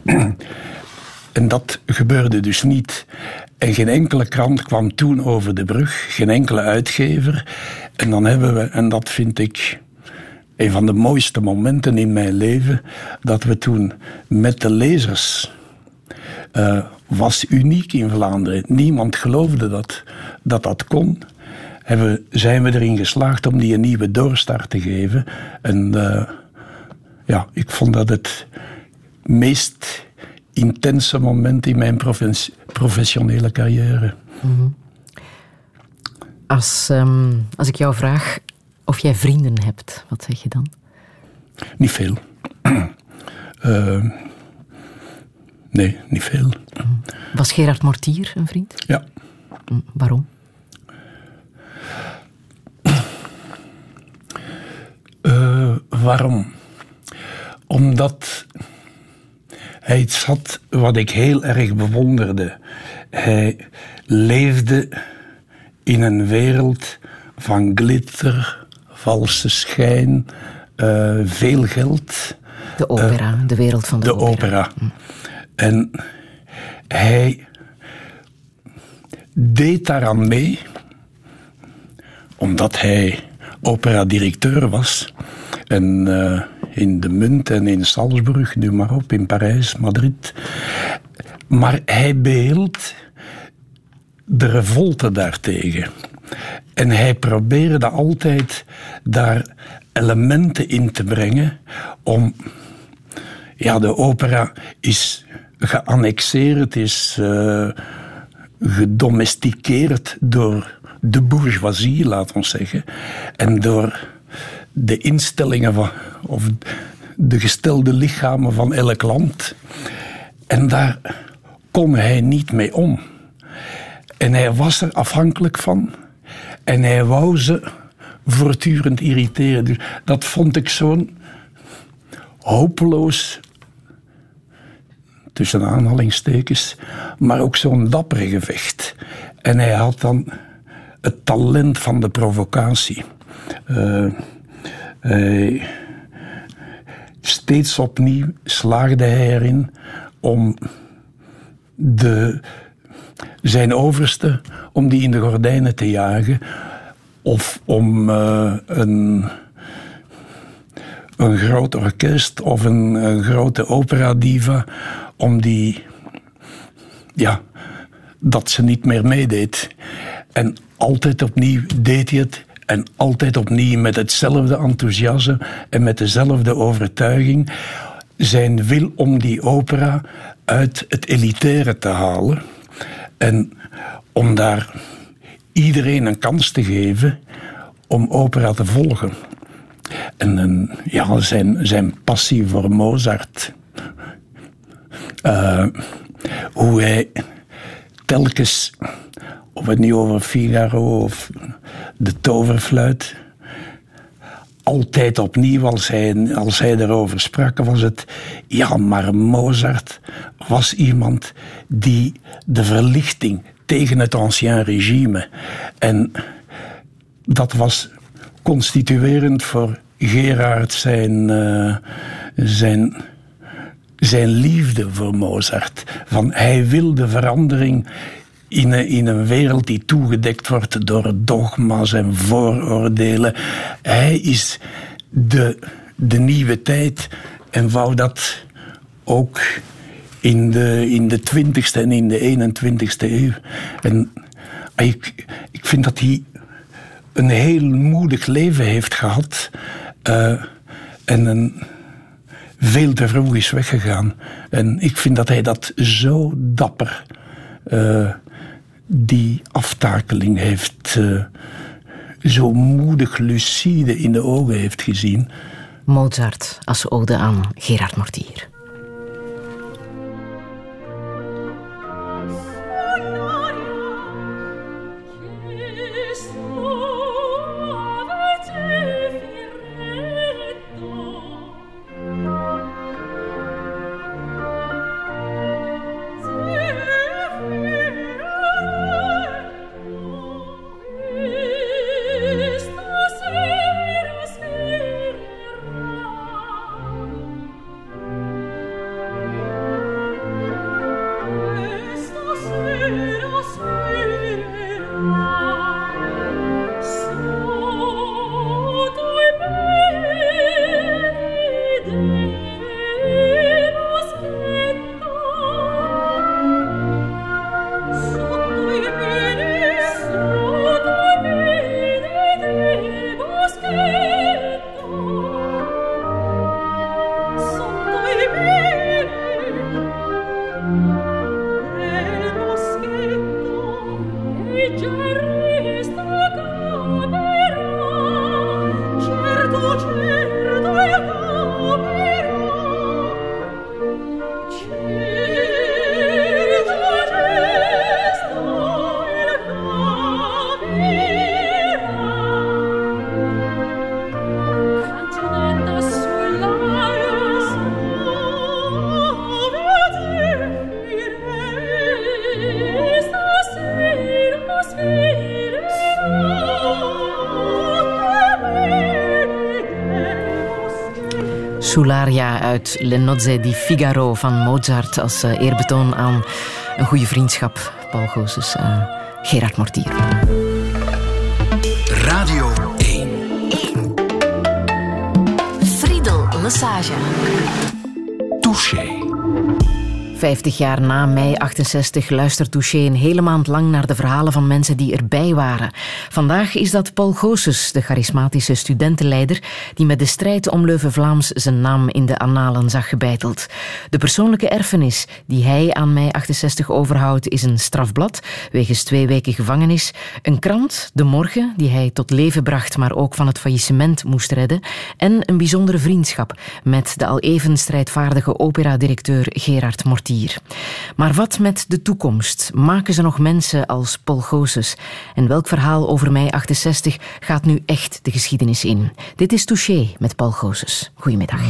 En dat gebeurde dus niet. En geen enkele krant kwam toen over de brug. Geen enkele uitgever. En dan hebben we, en dat vind ik een van de mooiste momenten in mijn leven, dat we toen met de lezers, uh, was uniek in Vlaanderen. Niemand geloofde dat dat, dat kon. Hebben, zijn we erin geslaagd om die een nieuwe doorstart te geven. En uh, ja, ik vond dat het meest intense moment in mijn profe- professionele carrière. Mm-hmm. Als, um, als ik jou vraag of jij vrienden hebt, wat zeg je dan? Niet veel. uh, nee, niet veel. Mm. Was Gerard Mortier een vriend? Ja. Mm, waarom? Uh, waarom? Omdat hij iets had wat ik heel erg bewonderde. Hij leefde in een wereld van glitter, valse schijn, uh, veel geld. De opera, uh, de wereld van de, de opera. opera. Mm. En hij deed daaraan mee, omdat hij operadirecteur was. En uh, in de Munt en in Salzburg, nu maar op, in Parijs, Madrid. Maar hij behield de revolte daartegen. En hij probeerde altijd daar elementen in te brengen om... Ja, de opera is geannexeerd, is uh, gedomesticeerd door de bourgeoisie, laat ons zeggen. En door de instellingen van, of de gestelde lichamen van elk land. En daar kon hij niet mee om. En hij was er afhankelijk van. En hij wou ze voortdurend irriteren. Dus dat vond ik zo'n hopeloos, tussen aanhalingstekens, maar ook zo'n dapper gevecht. En hij had dan het talent van de provocatie. Uh, uh, steeds opnieuw slaagde hij erin om de, zijn overste, om die in de gordijnen te jagen, of om uh, een, een groot orkest of een, een grote operadiva, om die, ja, dat ze niet meer meedeed. En altijd opnieuw deed hij het, en altijd opnieuw met hetzelfde enthousiasme en met dezelfde overtuiging, zijn wil om die opera uit het elitaire te halen en om daar iedereen een kans te geven om opera te volgen. En, en ja, zijn, zijn passie voor Mozart, uh, hoe hij telkens, of het nu over Figaro of de toverfluit, altijd opnieuw als hij, als hij erover sprak, was het, ja, maar Mozart was iemand die de verlichting tegen het ancien regime, en dat was constituerend voor Gerard zijn, uh, zijn, zijn liefde voor Mozart. Van, hij wil de verandering in een, in een wereld die toegedekt wordt door dogma's en vooroordelen. Hij is de, de nieuwe tijd en wou dat ook in de, in de twintigste en in de eenentwintigste eeuw. En ik, ik vind dat hij een heel moedig leven heeft gehad, uh, en een, veel te vroeg is weggegaan. En ik vind dat hij dat zo dapper, uh, die aftakeling heeft, uh, zo moedig lucide in de ogen heeft gezien. Mozart als ode aan Gerard Mortier. Sullaria uit Le Nozze di Figaro van Mozart als uh, eerbetoon aan een goede vriendschap. Paul Goossens, uh, Gerard Mortier. Radio één. één. Friedel Lesage. Touché. Vijftig jaar na mei achtenzestig luistert Touché een hele maand lang naar de verhalen van mensen die erbij waren. Vandaag is dat Paul Goossens, de charismatische studentenleider, die met de strijd om Leuven-Vlaams zijn naam in de annalen zag gebeiteld. De persoonlijke erfenis die hij aan mei achtenzestig overhoudt is een strafblad, wegens twee weken gevangenis, een krant, De Morgen, die hij tot leven bracht, maar ook van het faillissement moest redden, en een bijzondere vriendschap met de al even strijdvaardige operadirecteur Gerard Mortier. martier. Maar wat met de toekomst? Maken ze nog mensen als Paul Gosses? En welk verhaal over mei achtenzestig gaat nu echt de geschiedenis in? Dit is Touché met Paul Gosses. Goedemiddag.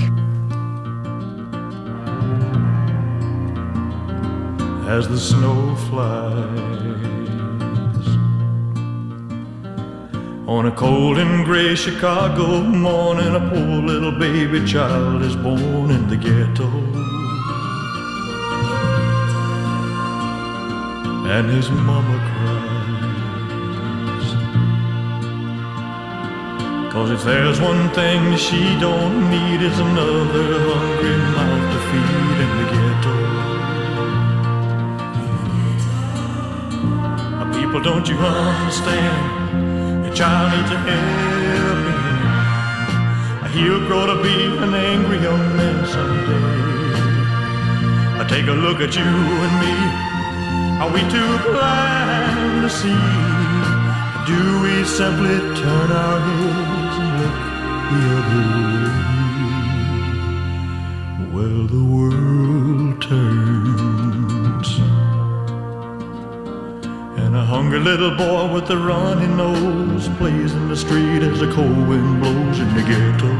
As the snow flies on a cold and gray Chicago morning, a poor little baby child is born in the ghetto. And his mama cries, 'cause if there's one thing she don't need, it's another hungry mouth to feed in the ghetto. People, don't you understand? Your child needs a helping hand. He'll grow to be an angry young man someday. I take a look at you and me. Are we too blind to see? Do we simply turn our heads and look the other way? Well, the world turns, and a hungry little boy with a runny nose plays in the street as the cold wind blows in the ghetto.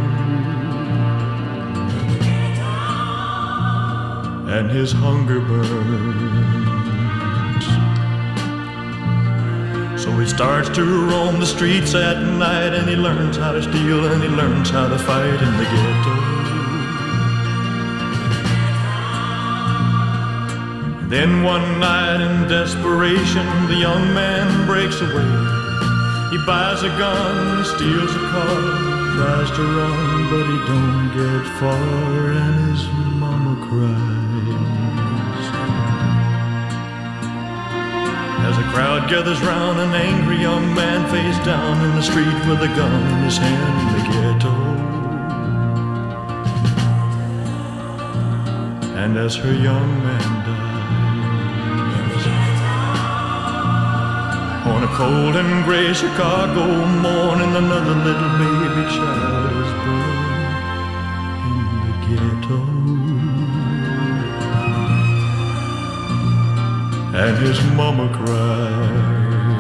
And his hunger burns, so he starts to roam the streets at night, and he learns how to steal and he learns how to fight in the ghetto. Then one night in desperation, the young man breaks away. He buys a gun, steals a car, tries to run, but he don't get far, and his mama cries. As a crowd gathers round, an angry young man face down in the street with a gun in his hand in the ghetto. And as her young man dies, on a cold and gray Chicago morning, another little baby child is born in the ghetto. And his mama cries.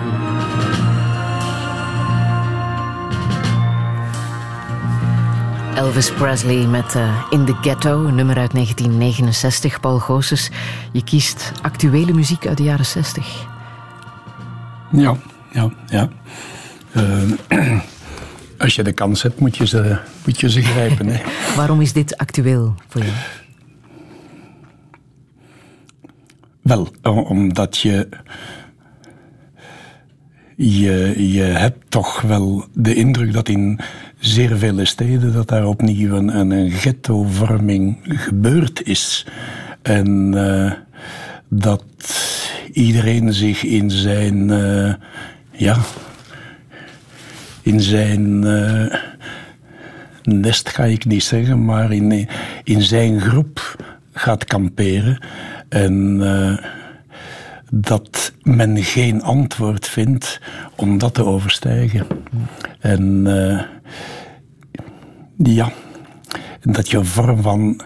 Elvis Presley met uh, In the Ghetto, een nummer uit negentien negenenzestig. Paul Gosses, je kiest actuele muziek uit de jaren zestig. Ja, ja, ja. Uh, als je de kans hebt, moet je ze, moet je ze grijpen. Hè. Waarom is dit actueel voor jou? Wel, omdat je, je... Je hebt toch wel de indruk dat in zeer vele steden dat daar opnieuw een, een ghettovorming gebeurd is. En uh, dat iedereen zich in zijn, uh, ja, in zijn uh, nest ga ik niet zeggen, maar in, in zijn groep gaat kamperen. En uh, dat men geen antwoord vindt om dat te overstijgen. En uh, ja, dat je een vorm van,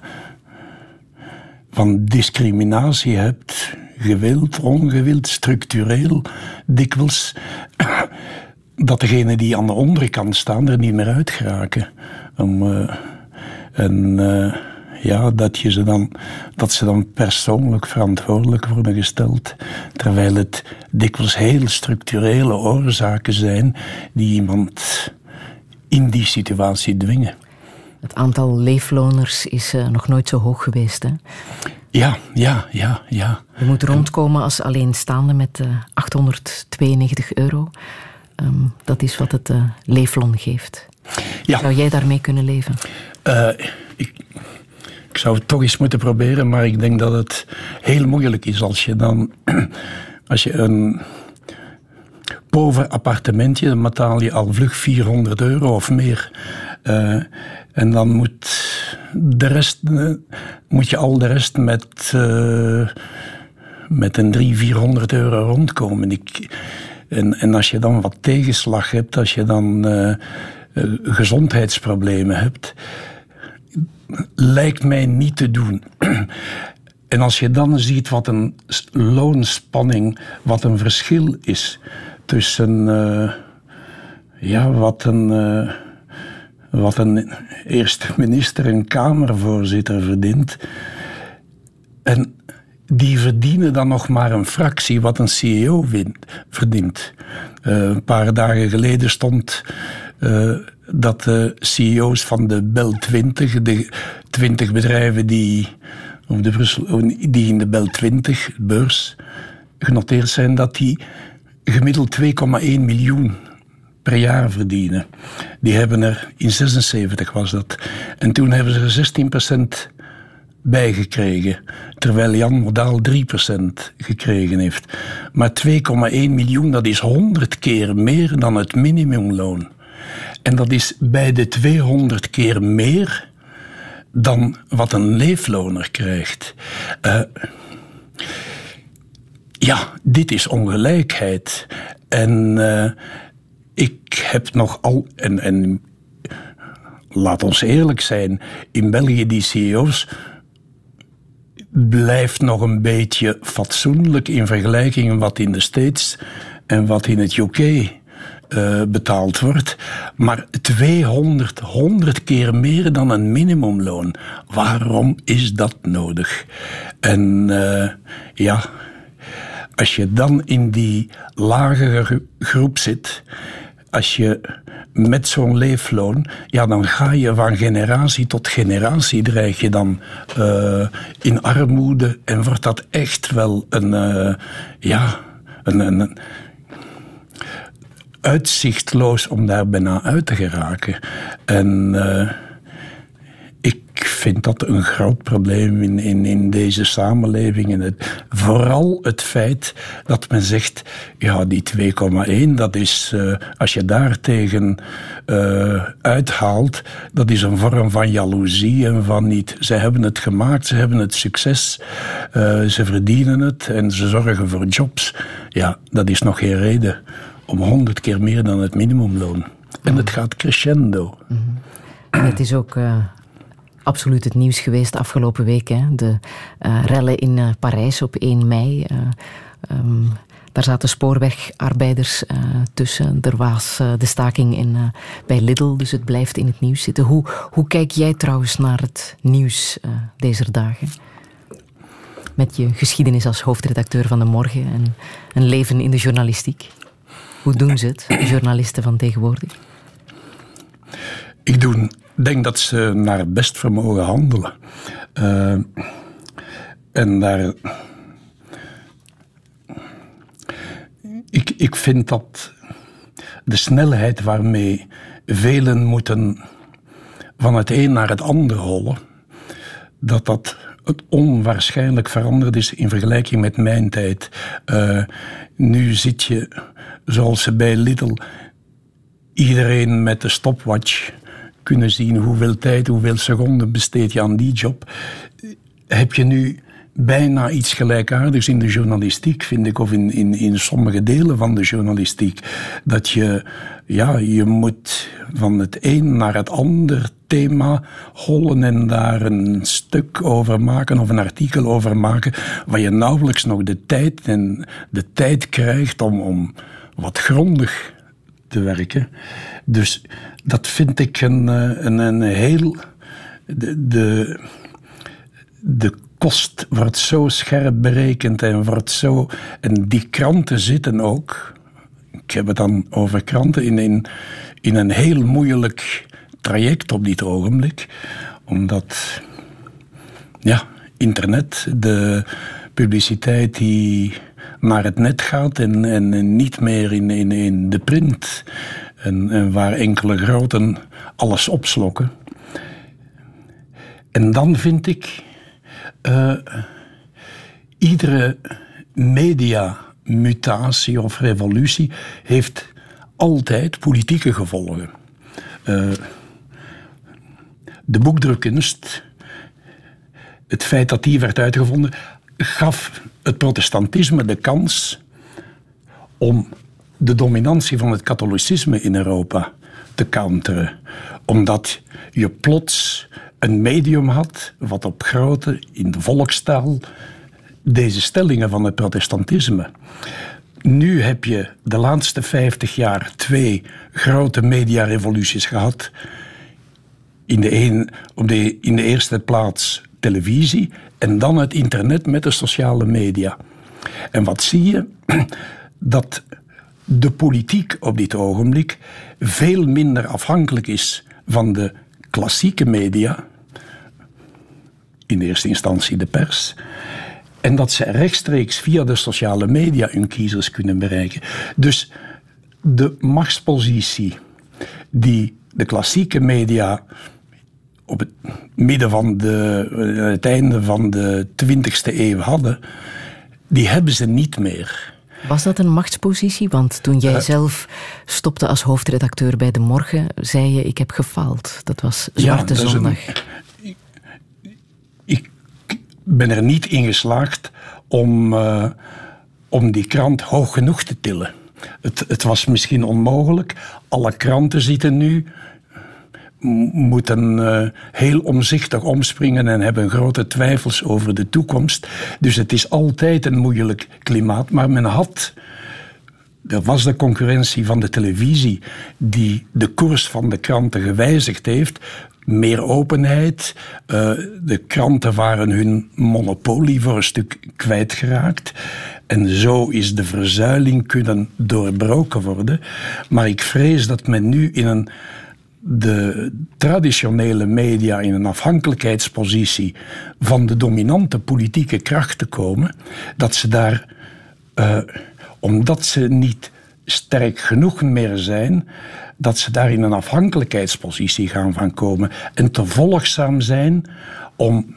van discriminatie hebt, gewild, ongewild, structureel, dikwijls, dat degenen die aan de onderkant staan er niet meer uit geraken. Um, uh, en uh, ja, dat, je ze dan, dat ze dan persoonlijk verantwoordelijk worden gesteld, terwijl het dikwijls heel structurele oorzaken zijn die iemand in die situatie dwingen. Het aantal leefloners is uh, nog nooit zo hoog geweest, hè? Ja, ja, ja, ja. Je moet rondkomen als alleenstaande met uh, achthonderdtweeënnegentig euro. Um, dat is wat het uh, leefloon geeft. Ja. Zou jij daarmee kunnen leven? Uh, ik, ik zou het toch eens moeten proberen, maar ik denk dat het heel moeilijk is als je dan... Als je een pover appartementje, dan betaal je al vlug vierhonderd euro of meer. Uh, en dan moet de rest, uh, moet je al de rest met, uh, met een driehonderd, vierhonderd euro rondkomen. Ik, en, en als je dan wat tegenslag hebt, als je dan uh, uh, gezondheidsproblemen hebt, lijkt mij niet te doen. En als je dan ziet wat een loonspanning, wat een verschil is tussen uh, ja, wat een, uh, wat een eerste minister en kamervoorzitter verdient. En die verdienen dan nog maar een fractie wat een C E O wint, verdient. Uh, een paar dagen geleden stond uh, dat de C E O's van de Bel twintig, de twintig bedrijven die, of de Brussel, die in de Bel twintig beurs genoteerd zijn, dat die gemiddeld twee komma één miljoen per jaar verdienen. Die hebben er, in zesenzeventig was dat. En toen hebben ze er zestien procent bijgekregen, terwijl Jan Modaal drie procent gekregen heeft. Maar twee komma één miljoen, dat is honderd keer meer dan het minimumloon. En dat is bij de tweehonderd keer meer dan wat een leefloner krijgt. Uh, ja, dit is ongelijkheid. En uh, ik heb nogal, en, en laat ons eerlijk zijn, in België die C E O's blijft nog een beetje fatsoenlijk in vergelijking wat in de States en wat in het U K uh, betaald wordt. Maar tweehonderd, honderd keer meer dan een minimumloon. Waarom is dat nodig? En uh, ja, als je dan in die lagere groep zit, als je met zo'n leefloon, ja, dan ga je van generatie tot generatie, dreig je dan uh, in armoede en wordt dat echt wel een, uh, ja, een, een, een uitzichtloos om daar bijna uit te geraken. En uh, ik vind dat een groot probleem in, in, in deze samenleving. En het, vooral het feit dat men zegt, ja, die twee komma één, dat is, uh, als je daar tegen uh, uithaalt, dat is een vorm van jaloezie en van niet. Ze hebben het gemaakt, ze hebben het succes, uh, ze verdienen het en ze zorgen voor jobs. Ja, dat is nog geen reden om honderd keer meer dan het minimumloon. En het gaat crescendo. Mm-hmm. En het is ook Uh... absoluut het nieuws geweest de afgelopen week. Hè? De uh, rellen in uh, Parijs op één mei. Uh, um, daar zaten spoorwegarbeiders uh, tussen. Er was uh, de staking in, uh, bij Lidl, dus het blijft in het nieuws zitten. Hoe, hoe kijk jij trouwens naar het nieuws uh, deze dagen? Met je geschiedenis als hoofdredacteur van De Morgen en een leven in de journalistiek. Hoe doen ze het, de journalisten van tegenwoordig? Ik doe... Ik denk dat ze naar het best vermogen handelen. Uh, en daar... Ik, ik vind dat de snelheid waarmee velen moeten van het een naar het ander hollen, dat dat het onwaarschijnlijk veranderd is in vergelijking met mijn tijd. Uh, nu zit je, zoals ze bij Lidl, iedereen met de stopwatch kunnen zien hoeveel tijd, hoeveel seconden besteed je aan die job. Heb je nu bijna iets gelijkaardigs in de journalistiek, vind ik, of in, in, in sommige delen van de journalistiek. Dat je, ja, je moet van het een naar het ander thema hollen en daar een stuk over maken of een artikel over maken, waar je nauwelijks nog de tijd en de tijd krijgt om, om wat grondig te werken. Dus dat vind ik een, een, een heel... De, de, de kost wordt zo scherp berekend en wordt zo... En die kranten zitten ook... Ik heb het dan over kranten in, in, in een heel moeilijk traject op dit ogenblik. Omdat... Ja, internet, de publiciteit die naar het net gaat en, en niet meer in, in, in de print. En, en waar enkele groten alles opslokken. En dan vind ik... Uh, iedere mediamutatie of revolutie heeft altijd politieke gevolgen. Uh, de boekdrukkunst, het feit dat die werd uitgevonden, gaf het protestantisme de kans om de dominantie van het katholicisme in Europa te counteren. Omdat je plots een medium had wat op grote, in de volkstaal, deze stellingen van het protestantisme. Nu heb je de laatste vijftig jaar twee grote mediarevoluties gehad. In de, een, op de, in de eerste plaats televisie en dan het internet met de sociale media. En wat zie je? Dat de politiek op dit ogenblik veel minder afhankelijk is van de klassieke media, in de eerste instantie de pers, en dat ze rechtstreeks via de sociale media hun kiezers kunnen bereiken. Dus de machtspositie die de klassieke media op het midden van de, het einde van de twintigste eeuw hadden, die hebben ze niet meer. Was dat een machtspositie? Want toen jij uh, zelf stopte als hoofdredacteur bij De Morgen, zei je, ik heb gefaald. Dat was Zwarte ja, Zondag. Een, ik ben er niet in geslaagd om, uh, om die krant hoog genoeg te tillen. Het, het was misschien onmogelijk. Alle kranten zitten nu, moeten uh, heel omzichtig omspringen en hebben grote twijfels over de toekomst. Dus het is altijd een moeilijk klimaat. Maar men had, er was de concurrentie van de televisie die de koers van de kranten gewijzigd heeft. Meer openheid. Uh, de kranten waren hun monopolie voor een stuk kwijtgeraakt. En zo is de verzuiling kunnen doorbroken worden. Maar ik vrees dat men nu in een de traditionele media in een afhankelijkheidspositie van de dominante politieke krachten komen, dat ze daar, uh, omdat ze niet sterk genoeg meer zijn, dat ze daar in een afhankelijkheidspositie gaan van komen en te volgzaam zijn om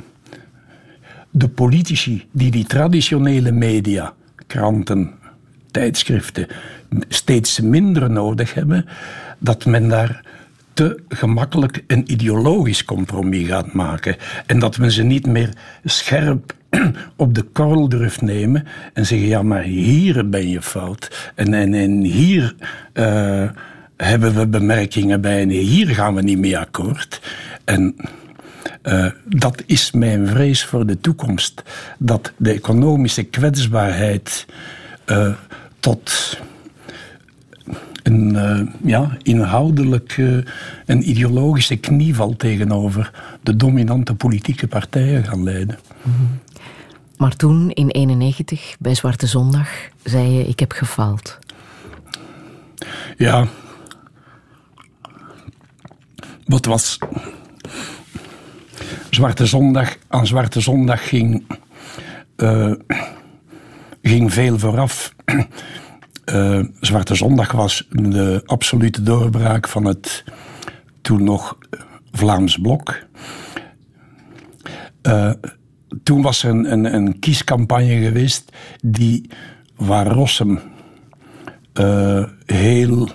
de politici die die traditionele media, kranten, tijdschriften, steeds minder nodig hebben, dat men daar te gemakkelijk een ideologisch compromis gaat maken. En dat men ze niet meer scherp op de korrel durft nemen en zeggen, ja, maar hier ben je fout. En, en, en hier uh, hebben we bemerkingen bij en hier gaan we niet mee akkoord. En uh, dat is mijn vrees voor de toekomst. Dat de economische kwetsbaarheid uh, tot een uh, ja, inhoudelijk uh, een ideologische knieval tegenover de dominante politieke partijen gaan leiden. Mm-hmm. Maar toen, in eenennegentig, bij Zwarte Zondag, zei je, ik heb gefaald. Ja. Wat was Zwarte Zondag? Aan Zwarte Zondag ging, uh, ging veel vooraf. Uh, Zwarte Zondag was de absolute doorbraak van het toen nog Vlaams Blok. Uh, toen was er een, een, een kiescampagne geweest die, waar Rossum uh, heel,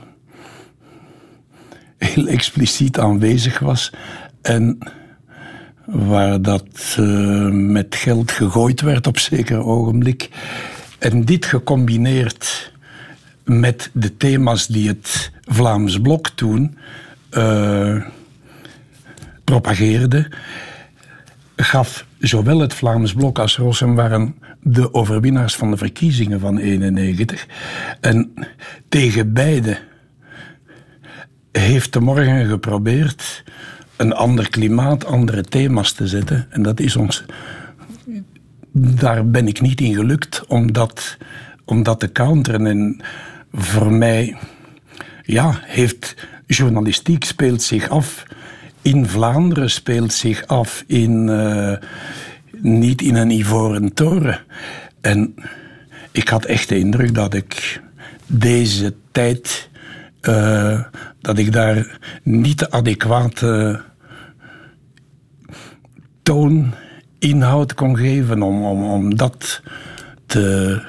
heel expliciet aanwezig was en waar dat uh, met geld gegooid werd op zeker ogenblik. En dit gecombineerd met de thema's die het Vlaams Blok toen uh, propageerde, gaf zowel het Vlaams Blok als Rossum waren de overwinnaars van de verkiezingen van eenennegentig. En tegen beide heeft De Morgen geprobeerd een ander klimaat, andere thema's te zetten. En dat is ons... Daar ben ik niet in gelukt om dat, om dat te counteren. En voor mij, ja, heeft journalistiek speelt zich af in Vlaanderen, speelt zich af in, uh, niet in een ivoren toren. En ik had echt de indruk dat ik deze tijd, uh, dat ik daar niet de adequate toon, inhoud kon geven om, om, om dat te...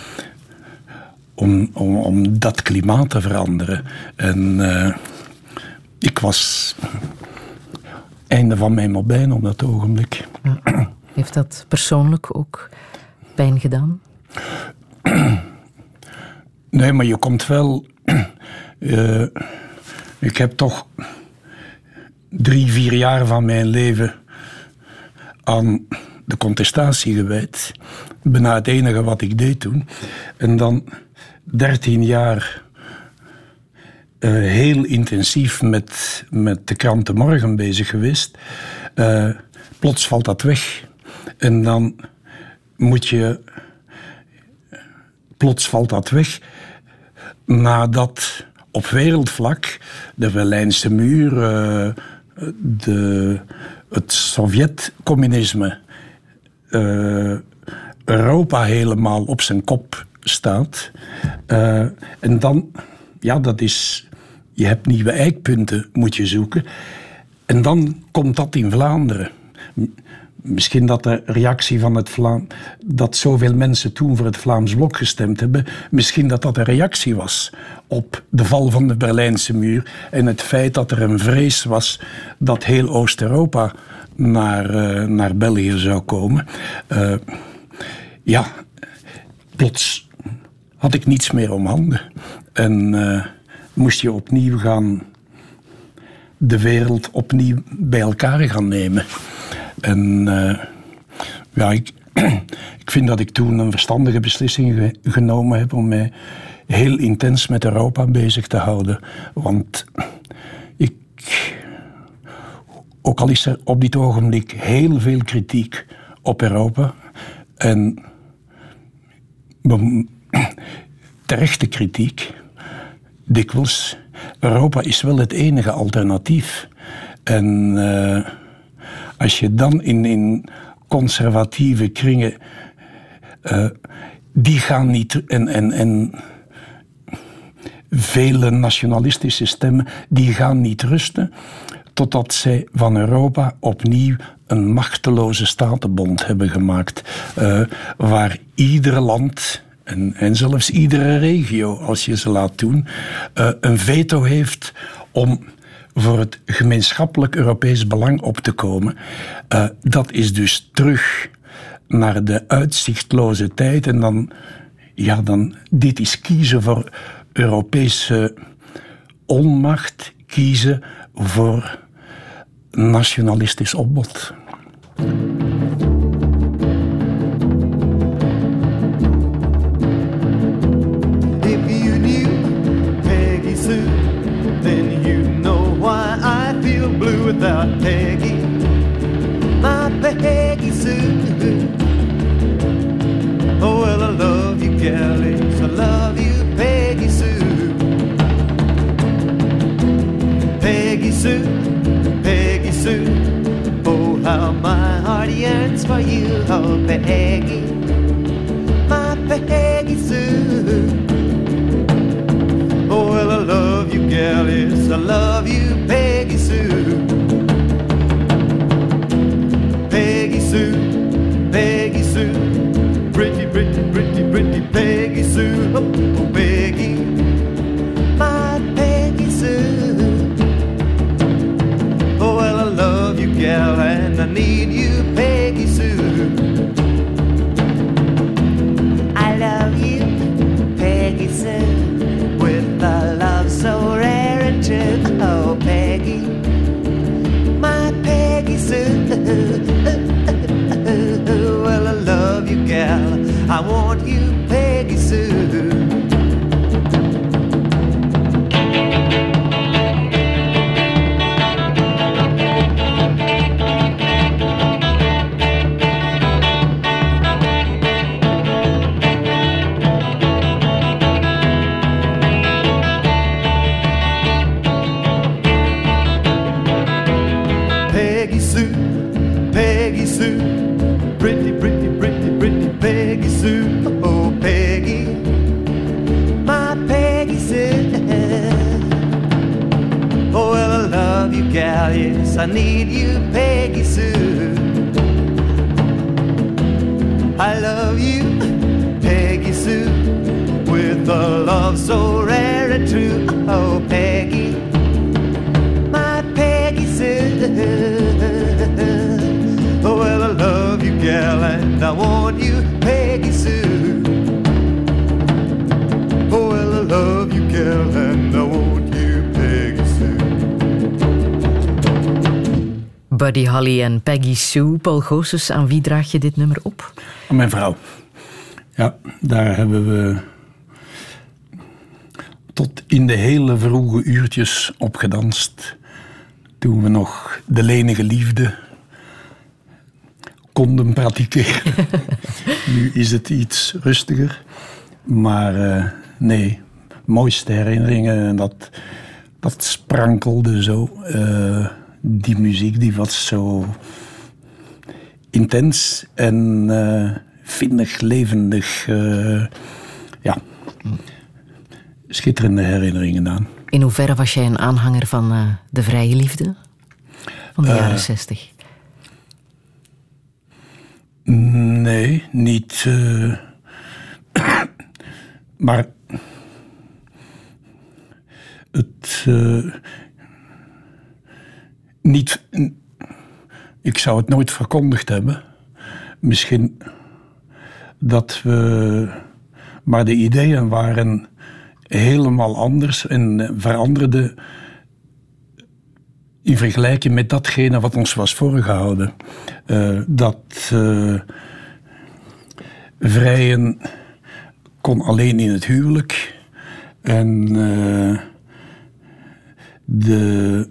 Om, om, om dat klimaat te veranderen. En uh, ik was einde van mijn mobijn op dat ogenblik. Ja. Heeft dat persoonlijk ook pijn gedaan? Nee, maar je komt wel... Uh, ik heb toch drie, vier jaar van mijn leven aan de contestatie gewijd. Bijna het enige wat ik deed toen. En dan dertien jaar uh, heel intensief met, met de krant De Morgen bezig geweest. Uh, plots valt dat weg. En dan moet je... Plots valt dat weg nadat op wereldvlak de Berlijnse muur, uh, de, het Sovjet-communisme, uh, Europa helemaal op zijn kop staat. Uh, en dan, ja, dat is... Je hebt nieuwe eikpunten, moet je zoeken. En dan komt dat in Vlaanderen. Misschien dat de reactie van het Vlaam... dat zoveel mensen toen voor het Vlaams Blok gestemd hebben... misschien dat dat een reactie was op de val van de Berlijnse muur... en het feit dat er een vrees was dat heel Oost-Europa naar, uh, naar België zou komen. Uh, ja, plots had ik niets meer om handen. En uh, moest je opnieuw gaan... de wereld opnieuw bij elkaar gaan nemen... En uh, ja, ik, ik vind dat ik toen een verstandige beslissing ge- genomen heb om mij heel intens met Europa bezig te houden. Want ik, ook al is er op dit ogenblik heel veel kritiek op Europa en terechte kritiek, dikwijls, Europa is wel het enige alternatief. En... Uh, Als je dan in, in conservatieve kringen... Uh, die gaan niet... En, en, en vele nationalistische stemmen... die gaan niet rusten... totdat zij van Europa opnieuw... een machteloze statenbond hebben gemaakt... Uh, waar ieder land... En, en zelfs iedere regio, als je ze laat doen... Uh, een veto heeft om... voor het gemeenschappelijk Europees belang op te komen. Uh, dat is dus terug naar de uitzichtloze tijd. En dan, ja, dan, dit is kiezen voor Europese onmacht, kiezen voor nationalistisch opbod. Without Peggy, my Peggy Sue. Oh, well, I love you, galleys, I love you, Peggy Sue. Peggy Sue, Peggy Sue. Oh, how my heart yearns for you, oh, Peggy, my Peggy Sue. Oh, well, I love you, galleys, I love you, Peggy Sue. Peggy Sue, Peggy Sue, pretty, pretty, pretty, pretty Peggy Sue. Oh, oh, Peggy, my Peggy Sue. Oh, well, I love you, gal, and I need you, Peggy Sue. I love you, Peggy Sue, with a love so rare and true. Oh, Peggy, my Peggy Sue. Well, I love you, gal. I want you, Peggy Sue. Peggy Sue, Peggy Sue, pretty, pretty, pretty, pretty Peggy Sue. Oh, Peggy, my Peggy Sue. Oh, well, I love you, gal, yes, I need you, Peggy Sue. I love you, Peggy Sue, with a love so rare and true. Oh, Peggy, my Peggy Sue. Oh, well, I love you, gal, and I want you, Peggy Sue. Oh, well, I love you, gal, and I want you, Peggy Sue. Buddy Holly en Peggy Sue. Paul Goossens, aan wie draag je dit nummer op? Aan mijn vrouw. Ja, daar hebben we tot in de hele vroege uurtjes op gedanst. Toen we nog de lenige liefde konden praktijkeren. Nu is het iets rustiger. Maar uh, nee, mooiste herinneringen. En dat, dat sprankelde zo. Uh, die muziek die was zo intens en uh, vinnig, levendig. Uh, ja, schitterende herinneringen aan. In hoeverre was jij een aanhanger van uh, de vrije liefde van de uh, jaren zestig? Nee, niet. Uh, maar het. Uh, niet. Ik zou het nooit verkondigd hebben. Misschien dat we. Maar de ideeën waren helemaal anders en veranderden in vergelijking met datgene wat ons was voorgehouden. Uh, dat uh, vrijen kon alleen in het huwelijk. En uh, de...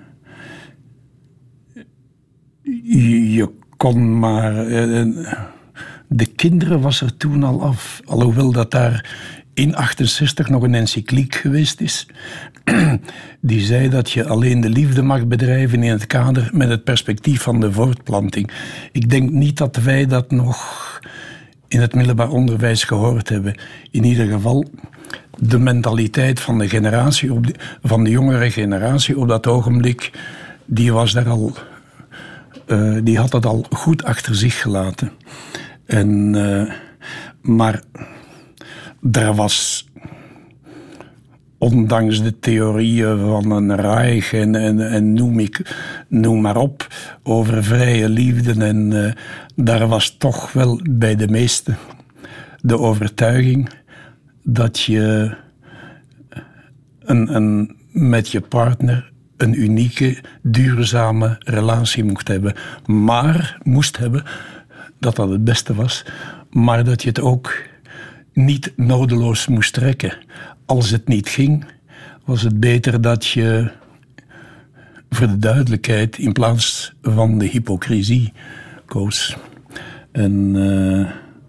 Je, je kon maar... Uh, de kinderen was er toen al af. Alhoewel dat daar in achtenzestig nog een encycliek geweest is. Die zei dat je alleen de liefde mag bedrijven in het kader met het perspectief van de voortplanting. Ik denk niet dat wij dat nog in het middelbaar onderwijs gehoord hebben. In ieder geval, de mentaliteit van de generatie, op de, van de jongere generatie op dat ogenblik, die was daar al, uh, die had dat al goed achter zich gelaten. En, uh, maar er was, ondanks de theorieën van een Reich en, en, en noem, ik, noem maar op, over vrije liefde, en uh, daar was toch wel bij de meesten de overtuiging dat je een, een, met je partner een unieke, duurzame relatie moest hebben. Maar, moest hebben, dat dat het beste was, maar dat je het ook niet nodeloos moest trekken. Als het niet ging, was het beter dat je, voor de duidelijkheid, in plaats van de hypocrisie koos. En uh,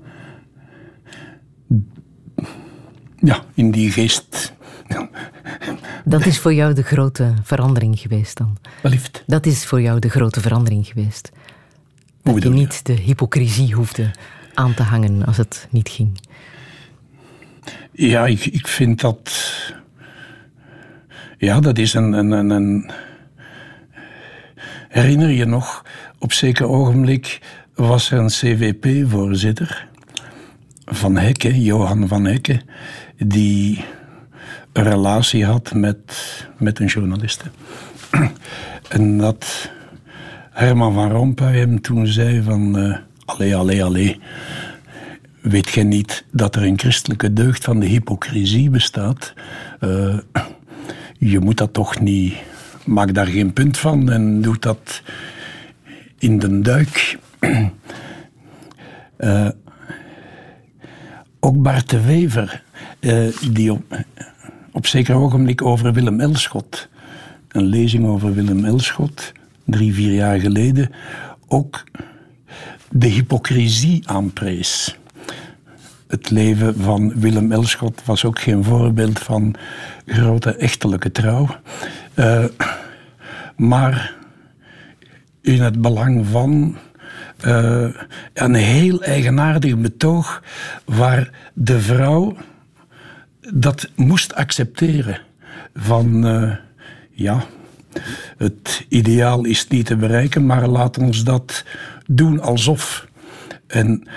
ja, in die geest. Dat is voor jou de grote verandering geweest dan? Wellicht. Dat is voor jou de grote verandering geweest? Dat je niet de hypocrisie hoefde aan te hangen als het niet ging? Ja, ik, ik vind dat... Ja, dat is een, een, een, een... Herinner je nog, op zeker ogenblik was er een C V P-voorzitter, Van Hekke, Johan Van Hekke, die een relatie had met, met een journaliste. En dat Herman van Rompuy hem toen zei van... Uh, allee, allee, allee... Weet jij niet dat er een christelijke deugd van de hypocrisie bestaat? Uh, je moet dat toch niet... Maak daar geen punt van en doe dat in den duik. uh, ook Bart de Wever, uh, die op, op zeker ogenblik over Willem Elschot... Een lezing over Willem Elschot, drie, vier jaar geleden... ook de hypocrisie aanprees. Het leven van Willem Elschot was ook geen voorbeeld van grote echtelijke trouw. Uh, maar in het belang van uh, een heel eigenaardig betoog waar de vrouw dat moest accepteren. Van, uh, ja, het ideaal is niet te bereiken, maar laat ons dat doen alsof. En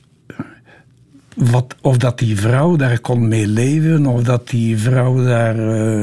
Wat, of dat die vrouw daar kon mee leven, of dat die vrouw daar uh,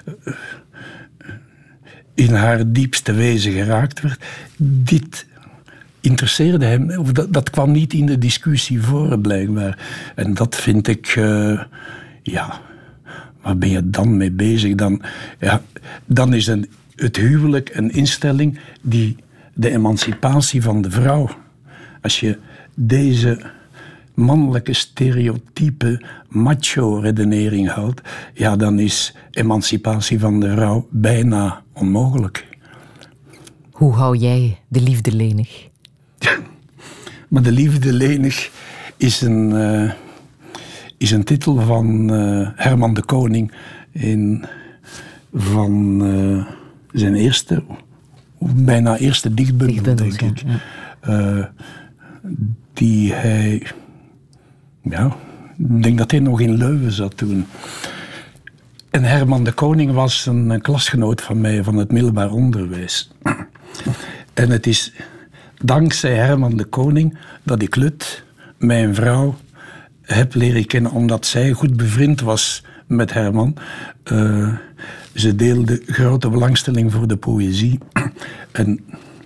in haar diepste wezen geraakt werd, dit interesseerde hem, of dat, dat kwam niet in de discussie voor, blijkbaar. En dat vind ik, uh, ja, waar ben je dan mee bezig? Dan, ja, dan is een, het huwelijk een instelling die de emancipatie van de vrouw. Als je deze mannelijke stereotype macho-redenering houdt, ja, dan is emancipatie van de vrouw bijna onmogelijk. Hoe hou jij de liefde lenig? Maar de liefde lenig is een, uh, is een titel van uh, Herman de Koning in, van uh, zijn eerste, bijna eerste dichtbundel, denk ik. Ja. Uh, die hij, ja, ik denk dat hij nog in Leuven zat toen. En Herman de Koning was een, een klasgenoot van mij van het middelbaar onderwijs. En het is dankzij Herman de Koning dat ik Lut, mijn vrouw, heb leren kennen, omdat zij goed bevriend was met Herman. Uh, ze deelde grote belangstelling voor de poëzie. En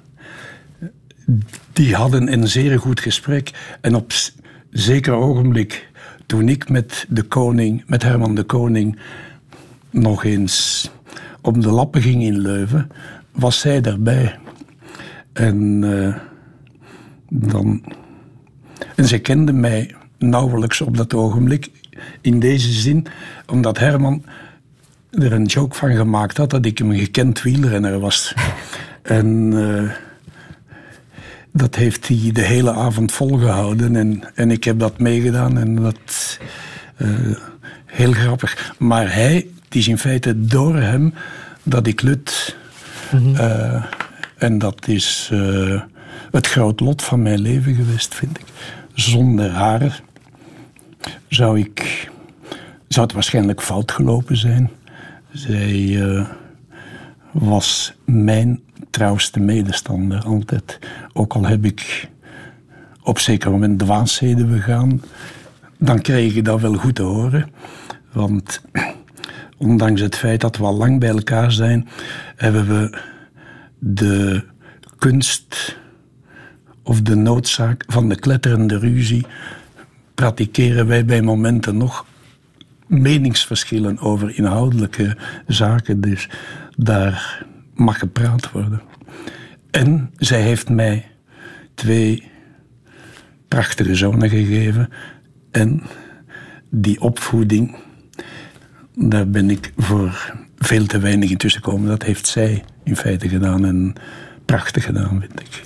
die hadden een zeer goed gesprek. En op zeker ogenblik, toen ik met de koning, met Herman de Koning, nog eens op de lappen ging in Leuven, was zij daarbij. En uh, dan... En zij kende mij nauwelijks op dat ogenblik, in deze zin, omdat Herman er een joke van gemaakt had dat ik een gekend wielrenner was. En uh, dat heeft hij de hele avond volgehouden en, en ik heb dat meegedaan en dat... Uh, heel grappig. Maar hij, het is in feite door hem dat ik Lut... Mm-hmm. Uh, en dat is uh, het groot lot van mijn leven geweest, vind ik. Zonder haar zou ik... zou het waarschijnlijk fout gelopen zijn. Zij uh, was mijn trouwste medestander, altijd. Ook al heb ik op zeker moment dwaasheden begaan, dan kreeg ik dat wel goed te horen. Want ondanks het feit dat we al lang bij elkaar zijn, hebben we de kunst of de noodzaak van de kletterende ruzie, praktикeren wij bij momenten nog meningsverschillen over inhoudelijke zaken. Dus daar mag gepraat worden. En zij heeft mij twee prachtige zonen gegeven. En die opvoeding, daar ben ik voor veel te weinig in tussen gekomen. Dat heeft zij in feite gedaan en prachtig gedaan, vind ik.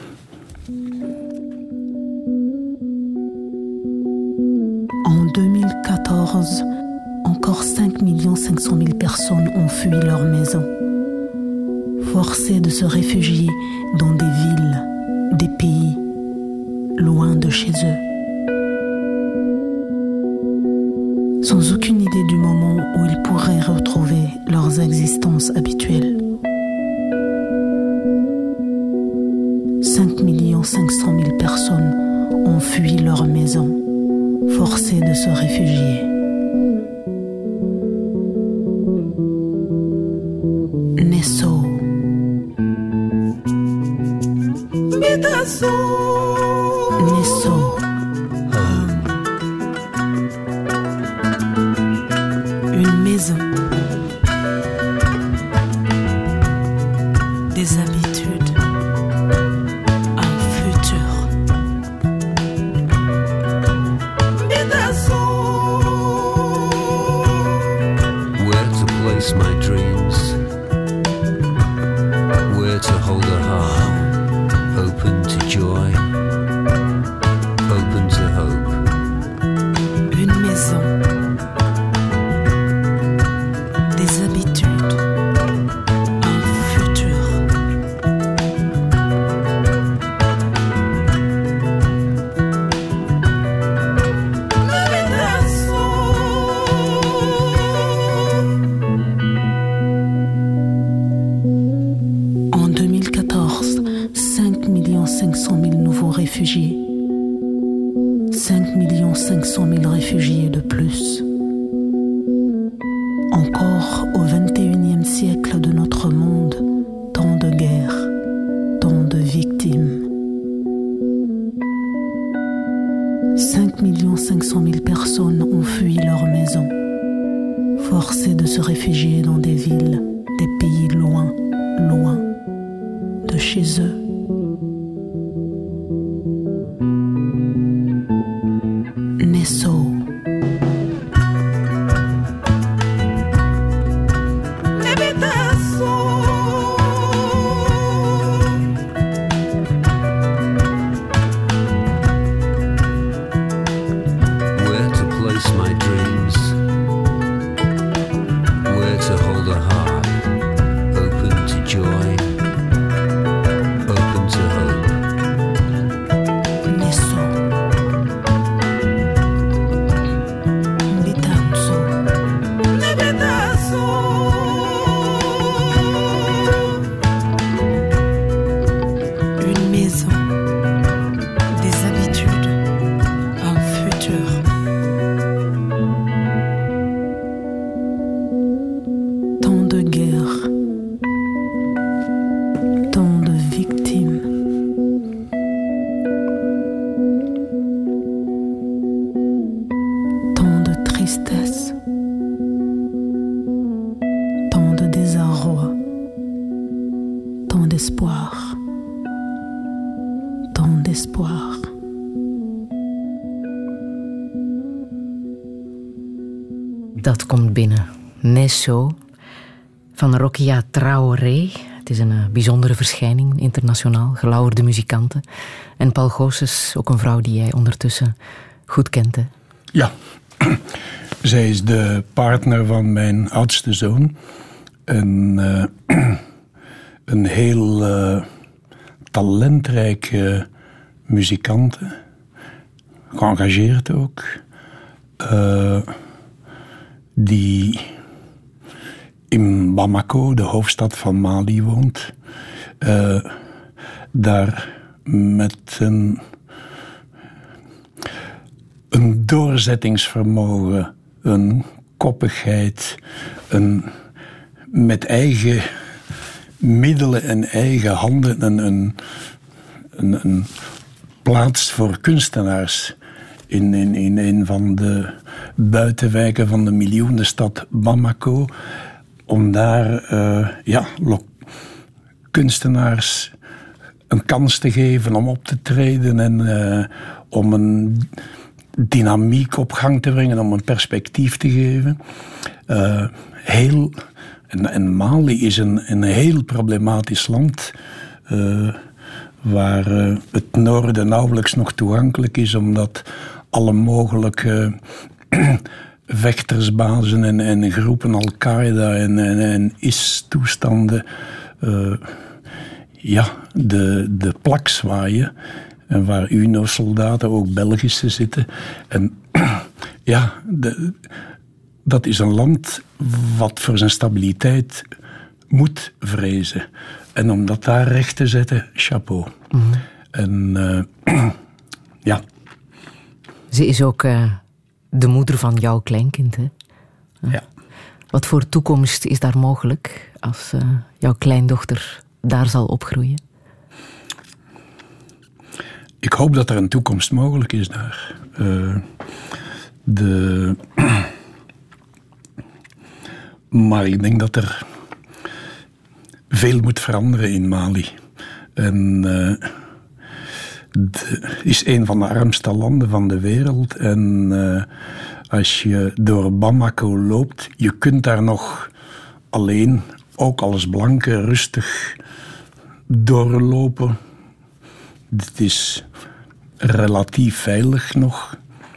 En deux mille quatorze, encore cinq millions cinq cent mille personnes ont fui leur maison, forcées de se réfugier dans des villes, des pays, loin de chez eux. Sans aucune idée du moment où ils pourraient retrouver leurs existences habituelles. cinq millions cinq cent mille personnes ont fui leur maison, forcées de se réfugier. Nesso. Nesso. Une maison. Des habitudes. Un futur. Where to place my dreams, where to hold a heart, open to joy, open to hope. Une maison, des habitudes, un futur. En deux mille quatorze, cinq millions cinq cent mille nouveaux réfugiés. cinq millions cinq cent mille réfugiés de plus. Encore au vingt et unième siècle de notre monde, tant de guerres, tant de victimes. cinq millions cinq cent mille personnes ont fui leur maison, forcées de se réfugier dans des villes, des pays loin, loin de chez eux. Nesso. Dat komt binnen. Nesso van Rokia Traoré. Het is een uh, bijzondere verschijning, internationaal. Gelauwerde muzikanten. En Paul Goossens, ook een vrouw die jij ondertussen goed kent, hè? Ja. Zij is de partner van mijn oudste zoon. En, uh, een heel uh, talentrijke muzikante. Geëngageerd ook. Uh, die in Bamako, de hoofdstad van Mali, woont. Uh, daar met een, een doorzettingsvermogen, een koppigheid, een, met eigen middelen en eigen handen een, een, een, een plaats voor kunstenaars in, in, in een van de buitenwijken van de miljoenenstad Bamako, om daar uh, ja, lo- kunstenaars een kans te geven om op te treden en uh, om een dynamiek op gang te brengen, om een perspectief te geven. Uh, heel, en, en Mali is een, een heel problematisch land, uh, waar uh, het noorden nauwelijks nog toegankelijk is, omdat alle mogelijke vechtersbazen en, en groepen Al-Qaeda en, en, en I S-toestanden uh, ja, de, de plak zwaaien. En waar U N O-soldaten, ook Belgische, zitten. En ja, de, dat is een land wat voor zijn stabiliteit moet vrezen. En om dat daar recht te zetten, chapeau. Mm-hmm. En uh, ja. Ze is ook uh, de moeder van jouw kleinkind, hè? Uh, ja. Wat voor toekomst is daar mogelijk als uh, jouw kleindochter daar zal opgroeien? Ik hoop dat er een toekomst mogelijk is daar. Uh, de... Maar ik denk dat er veel moet veranderen in Mali. En uh, het is een van de armste landen van de wereld. En uh, als je door Bamako loopt, je kunt daar nog alleen, ook als blanke, rustig doorlopen. Het is relatief veilig nog.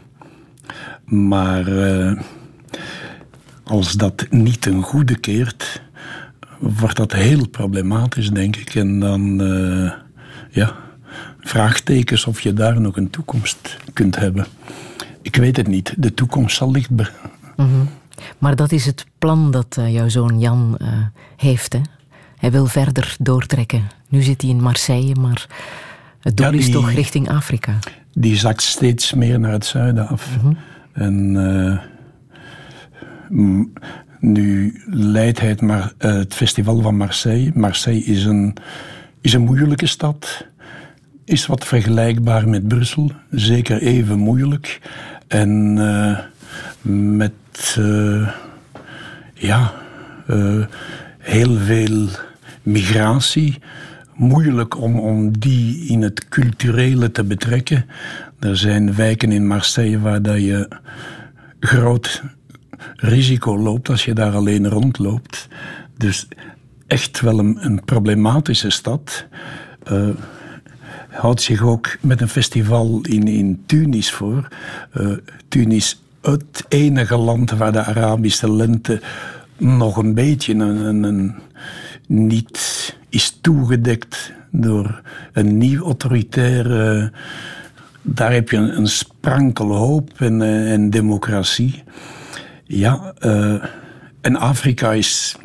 Maar uh, als dat niet ten goede keert, wordt dat heel problematisch, denk ik. En dan, uh, ja, vraagtekens of je daar nog een toekomst kunt hebben. Ik weet het niet. De toekomst zal licht be- mm-hmm. Maar dat is het plan dat uh, jouw zoon Jan uh, heeft, hè? Hij wil verder doortrekken. Nu zit hij in Marseille, maar het doel ja, die, is toch richting Afrika. Die zakt steeds meer naar het zuiden af. Mm-hmm. En uh, m- nu leidt hij het, maar, uh, het festival van Marseille. Marseille is een, is een moeilijke stad. Is wat vergelijkbaar met Brussel. Zeker even moeilijk. En uh, met uh, ja, uh, heel veel migratie. moeilijk om, om die in het culturele te betrekken. Er zijn wijken in Marseille waar dat je groot risico loopt als je daar alleen rondloopt. Dus echt wel een, een problematische stad. Uh, houdt zich ook met een festival in, in Tunis voor. Uh, Tunis, het enige land waar de Arabische lente nog een beetje een, een, een, niet is toegedekt door een nieuw autoritaire. Daar heb je een, een sprankel hoop en, en democratie. Ja, uh, en Afrika is.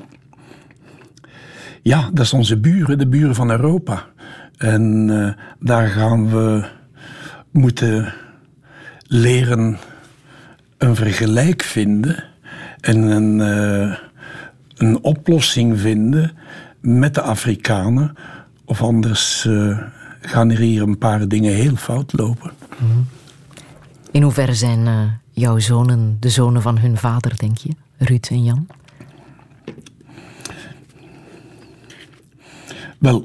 Ja, dat is onze buren, de buren van Europa. En uh, daar gaan we moeten leren een vergelijk vinden en een, uh, een oplossing vinden met de Afrikanen. Of anders uh, gaan er hier een paar dingen heel fout lopen. In hoeverre zijn uh, jouw zonen de zonen van hun vader, denk je? Ruud en Jan? Wel,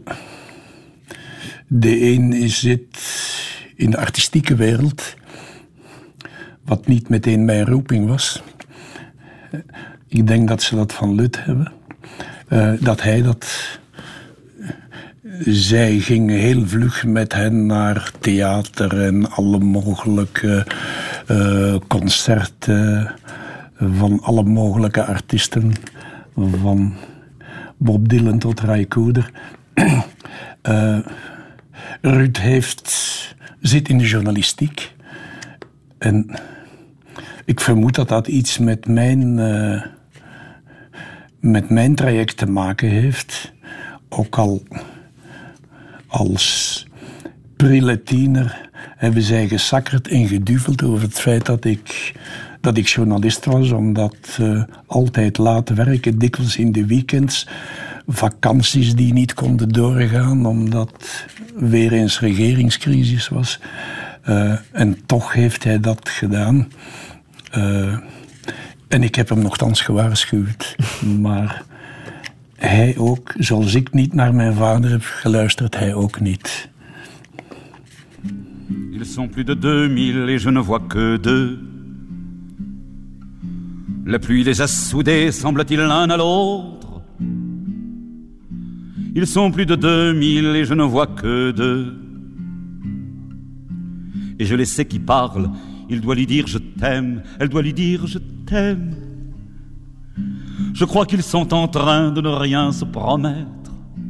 de een zit in de artistieke wereld, wat niet meteen mijn roeping was. Ik denk dat ze dat van Lut hebben. Uh, dat hij dat... Zij ging heel vlug met hen naar theater en alle mogelijke uh, concerten van alle mogelijke artiesten, van Bob Dylan tot Ray Cooder. uh, Ruud heeft, zit in de journalistiek en ik vermoed dat dat iets met mijn, uh, met mijn traject te maken heeft, ook al als prille tiener hebben zij gesakkerd en geduveld over het feit dat ik, dat ik journalist was, omdat uh, altijd laat werken, dikwijls in de weekends, vakanties die niet konden doorgaan, omdat weer eens regeringscrisis was. Uh, en toch heeft hij dat gedaan. Uh, en ik heb hem nogthans gewaarschuwd. Maar hij ook, zoals ik niet naar mijn vader heb geluisterd, hij ook niet. Ils sont plus de deux mille et je ne vois que deux. La pluie les a soudés, semble-t-il, l'un à l'autre. Ils sont plus de deux mille et je ne vois que deux. Et je les sais qui parlent. Il doit lui dire je t'aime, elle doit lui dire je t'aime. Je crois qu'ils sont en train de ne rien se promettre.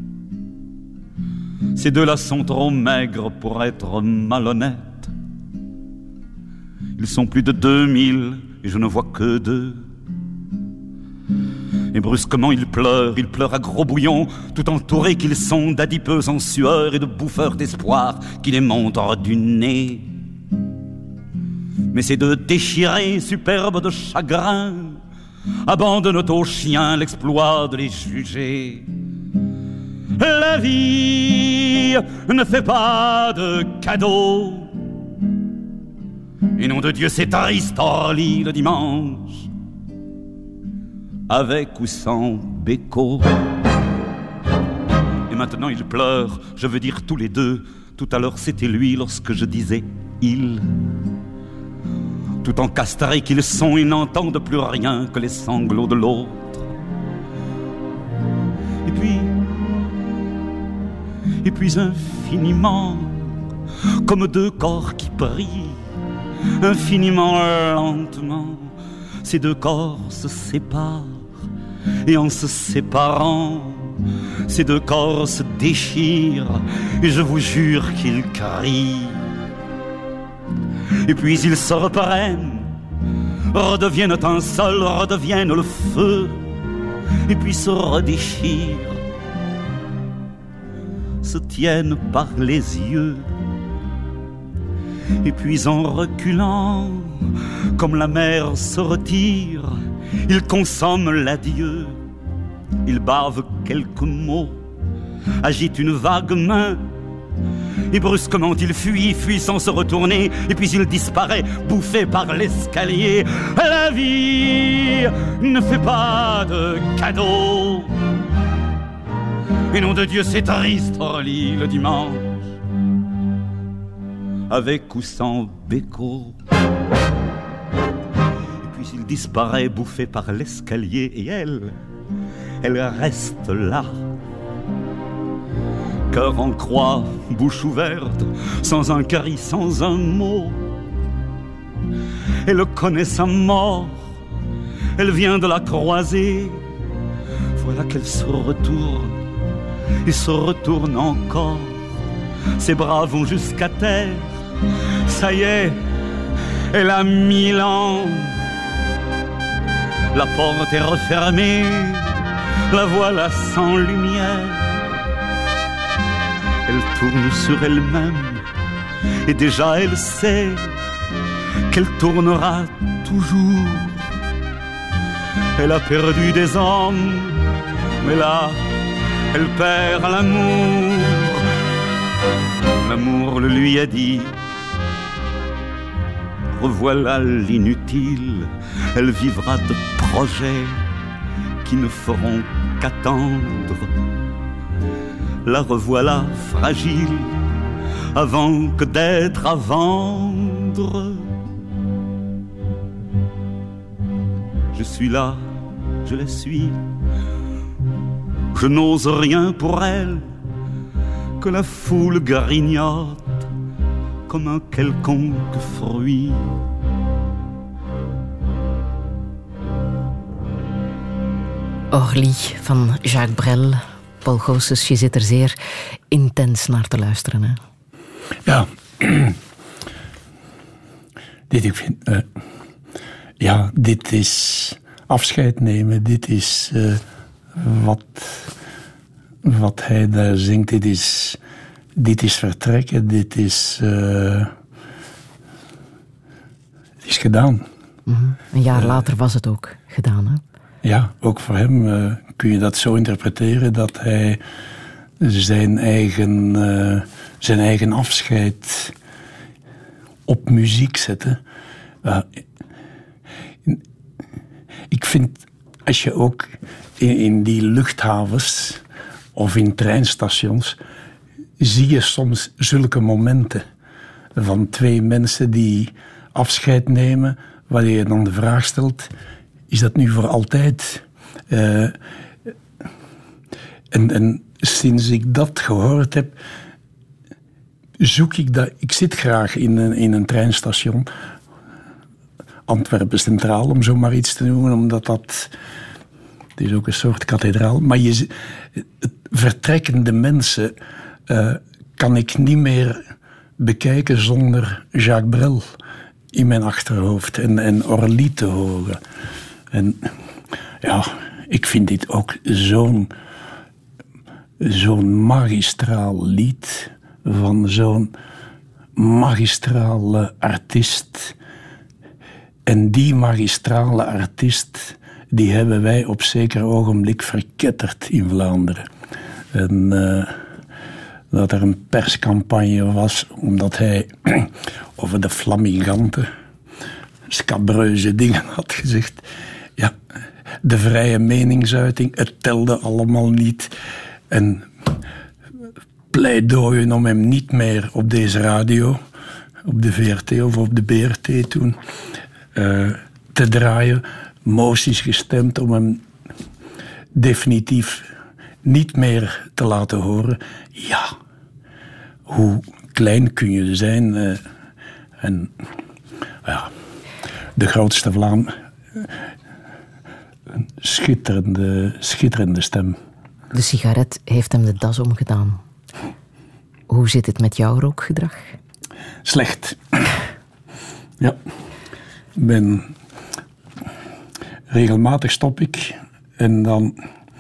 Ces deux-là sont trop maigres pour être malhonnêtes. Ils sont plus de deux mille et je ne vois que deux. Et brusquement ils pleurent, ils pleurent à gros bouillons, tout entourés qu'ils sont d'adipeux en sueur et de bouffeurs d'espoir qui les montrent du nez. Mais ces deux déchirés, superbes de chagrin, abandonnent aux chiens l'exploit de les juger. La vie ne fait pas de cadeaux. Et nom de Dieu, c'est triste Orly le dimanche, avec ou sans béco. Et maintenant ils pleurent, je veux dire tous les deux. Tout à l'heure c'était lui lorsque je disais il. Tout encastrés qu'ils sont, ils n'entendent plus rien que les sanglots de l'autre. Et puis, et puis infiniment, comme deux corps qui prient, infiniment lentement, ces deux corps se séparent. Et en se séparant, ces deux corps se déchirent. Et je vous jure qu'ils crient. Et puis ils se reprennent, redeviennent un seul, redeviennent le feu, et puis se redéchirent, se tiennent par les yeux, et puis en reculant, comme la mer se retire, ils consomment l'adieu, ils bavent quelques mots, agitent une vague main. Et brusquement il fuit, fuit sans se retourner. Et puis il disparaît, bouffé par l'escalier. La vie ne fait pas de cadeaux. Et nom de Dieu, c'est triste, Orly, le dimanche, avec ou sans béco. Et puis il disparaît, bouffé par l'escalier, et elle, elle reste là, cœur en croix, bouche ouverte, sans un cri, sans un mot. Elle connaît sa mort, elle vient de la croiser. Voilà qu'elle se retourne et se retourne encore. Ses bras vont jusqu'à terre. Ça y est, elle a mille ans. La porte est refermée, la voilà sans lumière. Elle tourne sur elle-même et déjà elle sait qu'elle tournera toujours. Elle a perdu des hommes, mais là, elle perd l'amour. L'amour le lui a dit, revoilà l'inutile. Elle vivra de projets qui ne feront qu'attendre. La revoilà fragile avant que d'être à vendre. Je suis là, je la suis. Je n'ose rien pour elle, que la foule grignote comme un quelconque fruit. Orly van Jacques Brel. Paul Goossens, je zit er zeer intens naar te luisteren. Hè? Ja. dit, ik vind, uh, ja, dit is afscheid nemen. Dit is uh, wat, wat hij daar zingt. Dit is, dit is vertrekken. Dit is, uh, het is gedaan. Mm-hmm. Een jaar uh, later was het ook gedaan, hè? Ja, ook voor hem uh, kun je dat zo interpreteren dat hij zijn eigen, uh, zijn eigen afscheid op muziek zette. Uh, ik vind, als je ook in, in die luchthavens of in treinstations, zie je soms zulke momenten van twee mensen die afscheid nemen, waar je dan de vraag stelt, is dat nu voor altijd? Uh, en, en sinds ik dat gehoord heb, zoek ik dat. Ik zit graag in een, in een treinstation, Antwerpen Centraal, om zo maar iets te noemen, omdat dat, het is ook een soort kathedraal. Maar je, het vertrekkende mensen uh, kan ik niet meer bekijken zonder Jacques Brel in mijn achterhoofd en, en Orly te horen. En ja, ik vind dit ook zo'n, zo'n magistraal lied van zo'n magistrale artiest. En die magistrale artiest, die hebben wij op zeker ogenblik verketterd in Vlaanderen. En uh, dat er een perscampagne was, omdat hij over de flaminganten scabreuze dingen had gezegd. Ja, de vrije meningsuiting, het telde allemaal niet. En pleidooien om hem niet meer op deze radio, op de V R T of op de B R T toen, uh, te draaien. Moties gestemd om hem definitief niet meer te laten horen. Ja, hoe klein kun je zijn? Uh, en ja, de grootste Vlaam. Een schitterende, schitterende stem. De sigaret heeft hem de das omgedaan. Hoe zit het met jouw rookgedrag? Slecht. Ja. Ik ben... Regelmatig stop ik en dan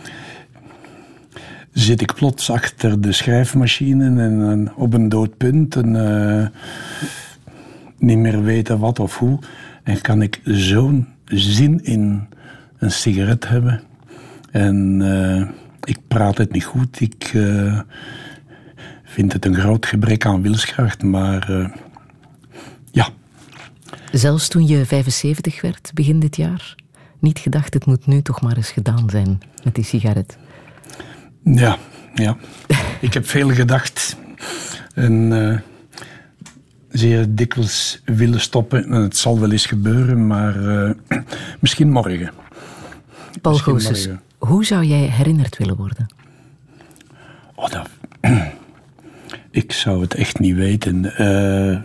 zit ik plots achter de schrijfmachine en, en op een dood punt en uh, niet meer weten wat of hoe. En kan ik zo'n zin in een sigaret hebben. En uh, ik praat het niet goed. Ik uh, vind het een groot gebrek aan wilskracht, maar uh, ja. Zelfs toen je vijfenzeventig werd, begin dit jaar, niet gedacht, het moet nu toch maar eens gedaan zijn met die sigaret? Ja, Ja, ik heb veel gedacht en uh, zeer dikwijls willen stoppen. En het zal wel eens gebeuren, maar uh, misschien morgen. Paul Goossens, hoe zou jij herinnerd willen worden? Oh, dat... Ik zou het echt niet weten. Uh,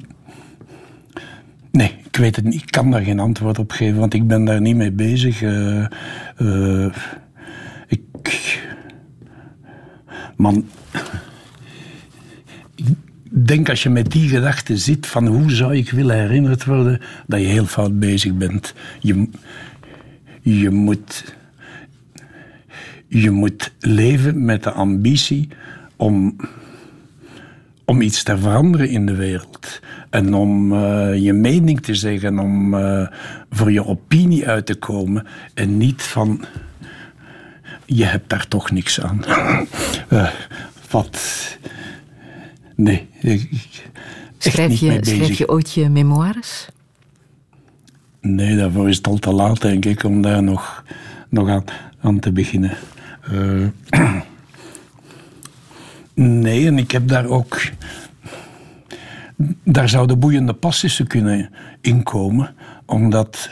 nee, ik weet het niet. Ik kan daar geen antwoord op geven, want ik ben daar niet mee bezig. Uh, uh, ik... Man... Ik denk als je met die gedachte zit van hoe zou ik willen herinnerd worden, dat je heel fout bezig bent. Je, je moet... Je moet leven met de ambitie om... om iets te veranderen in de wereld. En om uh, je mening te zeggen, om uh, voor je opinie uit te komen. En niet van, je hebt daar toch niks aan. uh, wat... Nee. Ik, schrijf, je, schrijf je ooit je memoires? Nee, daarvoor is het al te laat, denk ik, om daar nog, nog aan, aan te beginnen. Uh, Nee, en ik heb daar ook... Daar zouden boeiende passissen kunnen inkomen, omdat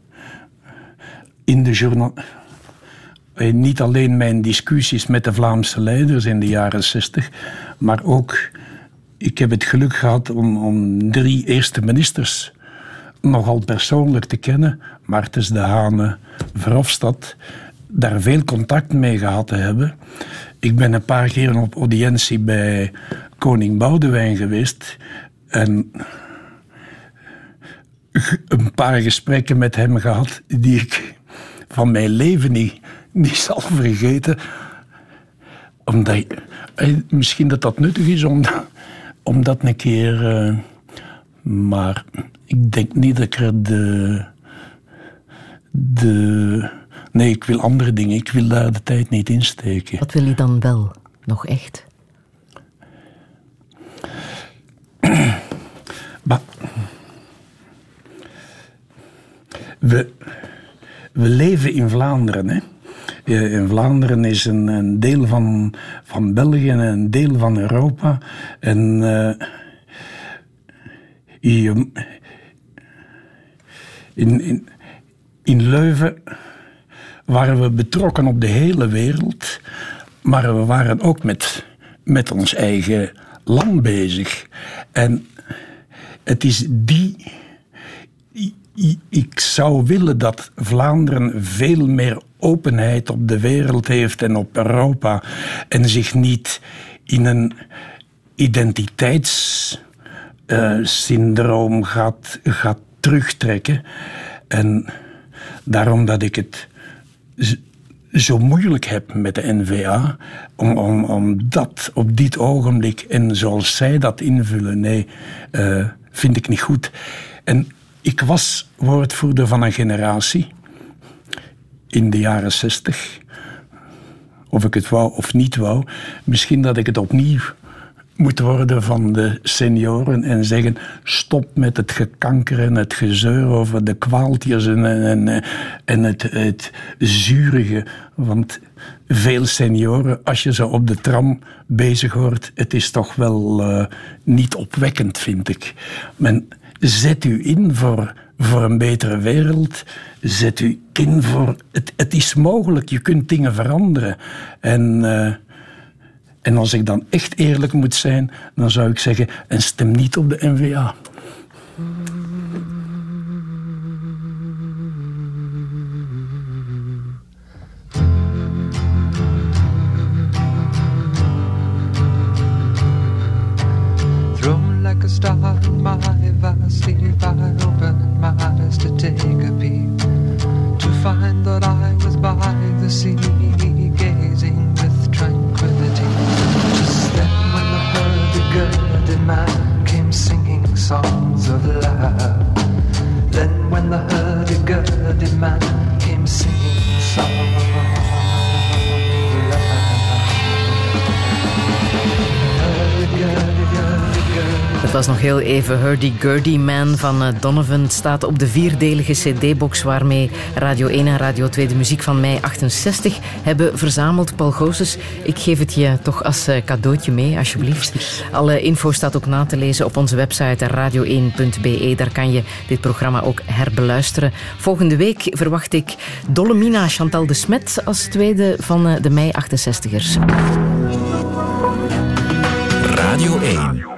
in de journal... Niet alleen mijn discussies met de Vlaamse leiders in de jaren zestig, maar ook... Ik heb het geluk gehad om, om drie eerste ministers nogal persoonlijk te kennen. Martens, De Hane, Verhofstadt. Daar veel contact mee gehad te hebben. Ik ben een paar keer op audiëntie bij koning Boudewijn geweest. En een paar gesprekken met hem gehad die ik van mijn leven niet, niet zal vergeten. Omdat, misschien dat dat nuttig is om, om dat een keer... Uh, maar ik denk niet dat ik er de... de Nee, ik wil andere dingen. Ik wil daar de tijd niet in steken. Wat wil je dan wel nog echt? Maar... We, we leven in Vlaanderen, hè. In Vlaanderen is een, een deel van, van België en een deel van Europa. En... Uh, je, in, in, in Leuven... waren we betrokken op de hele wereld, maar we waren ook met, met ons eigen land bezig. En het is die... Ik zou willen dat Vlaanderen veel meer openheid op de wereld heeft en op Europa en zich niet in een identiteitssyndroom uh, gaat, gaat terugtrekken. En daarom dat ik het zo moeilijk heb met de N V A, om, om, om dat op dit ogenblik en zoals zij dat invullen, nee, uh, vind ik niet goed. En ik was woordvoerder van een generatie in de jaren zestig. Of ik het wou of niet wou. Misschien dat ik het opnieuw moet worden van de senioren en zeggen, stop met het gekanker en het gezeur over de kwaaltjes en, en, en het, het zurige. Want veel senioren, als je ze op de tram bezig hoort, het is toch wel uh, niet opwekkend, vind ik. Men, zet u in voor, voor een betere wereld. Zet u in voor... Het, het is mogelijk, je kunt dingen veranderen. En... Uh, En als ik dan echt eerlijk moet zijn, dan zou ik zeggen, en stem niet op de N V A. Thrown like a star in my vast sleep, I opened my eyes to take a peep, to find that I was by the sea, gazing with tranquility. Just then when the hurdy-gurdy man came singing songs of love, then when the hurdy-gurdy man came singing songs of love, hurdy-gurdy, gurdy-gurdy, Het was nog heel even Hurdy-Gurdy Man van Donovan. Het staat op de vierdelige cd-box waarmee Radio één en Radio twee de muziek van mei achtenzestig hebben verzameld. Paul Goossens, ik geef het je toch als cadeautje mee, alsjeblieft. Alle info staat ook na te lezen op onze website radio één punt b e. Daar kan je dit programma ook herbeluisteren. Volgende week verwacht ik Dolomina Chantal de Smet als tweede van de mei achtenzestigers. Radio één.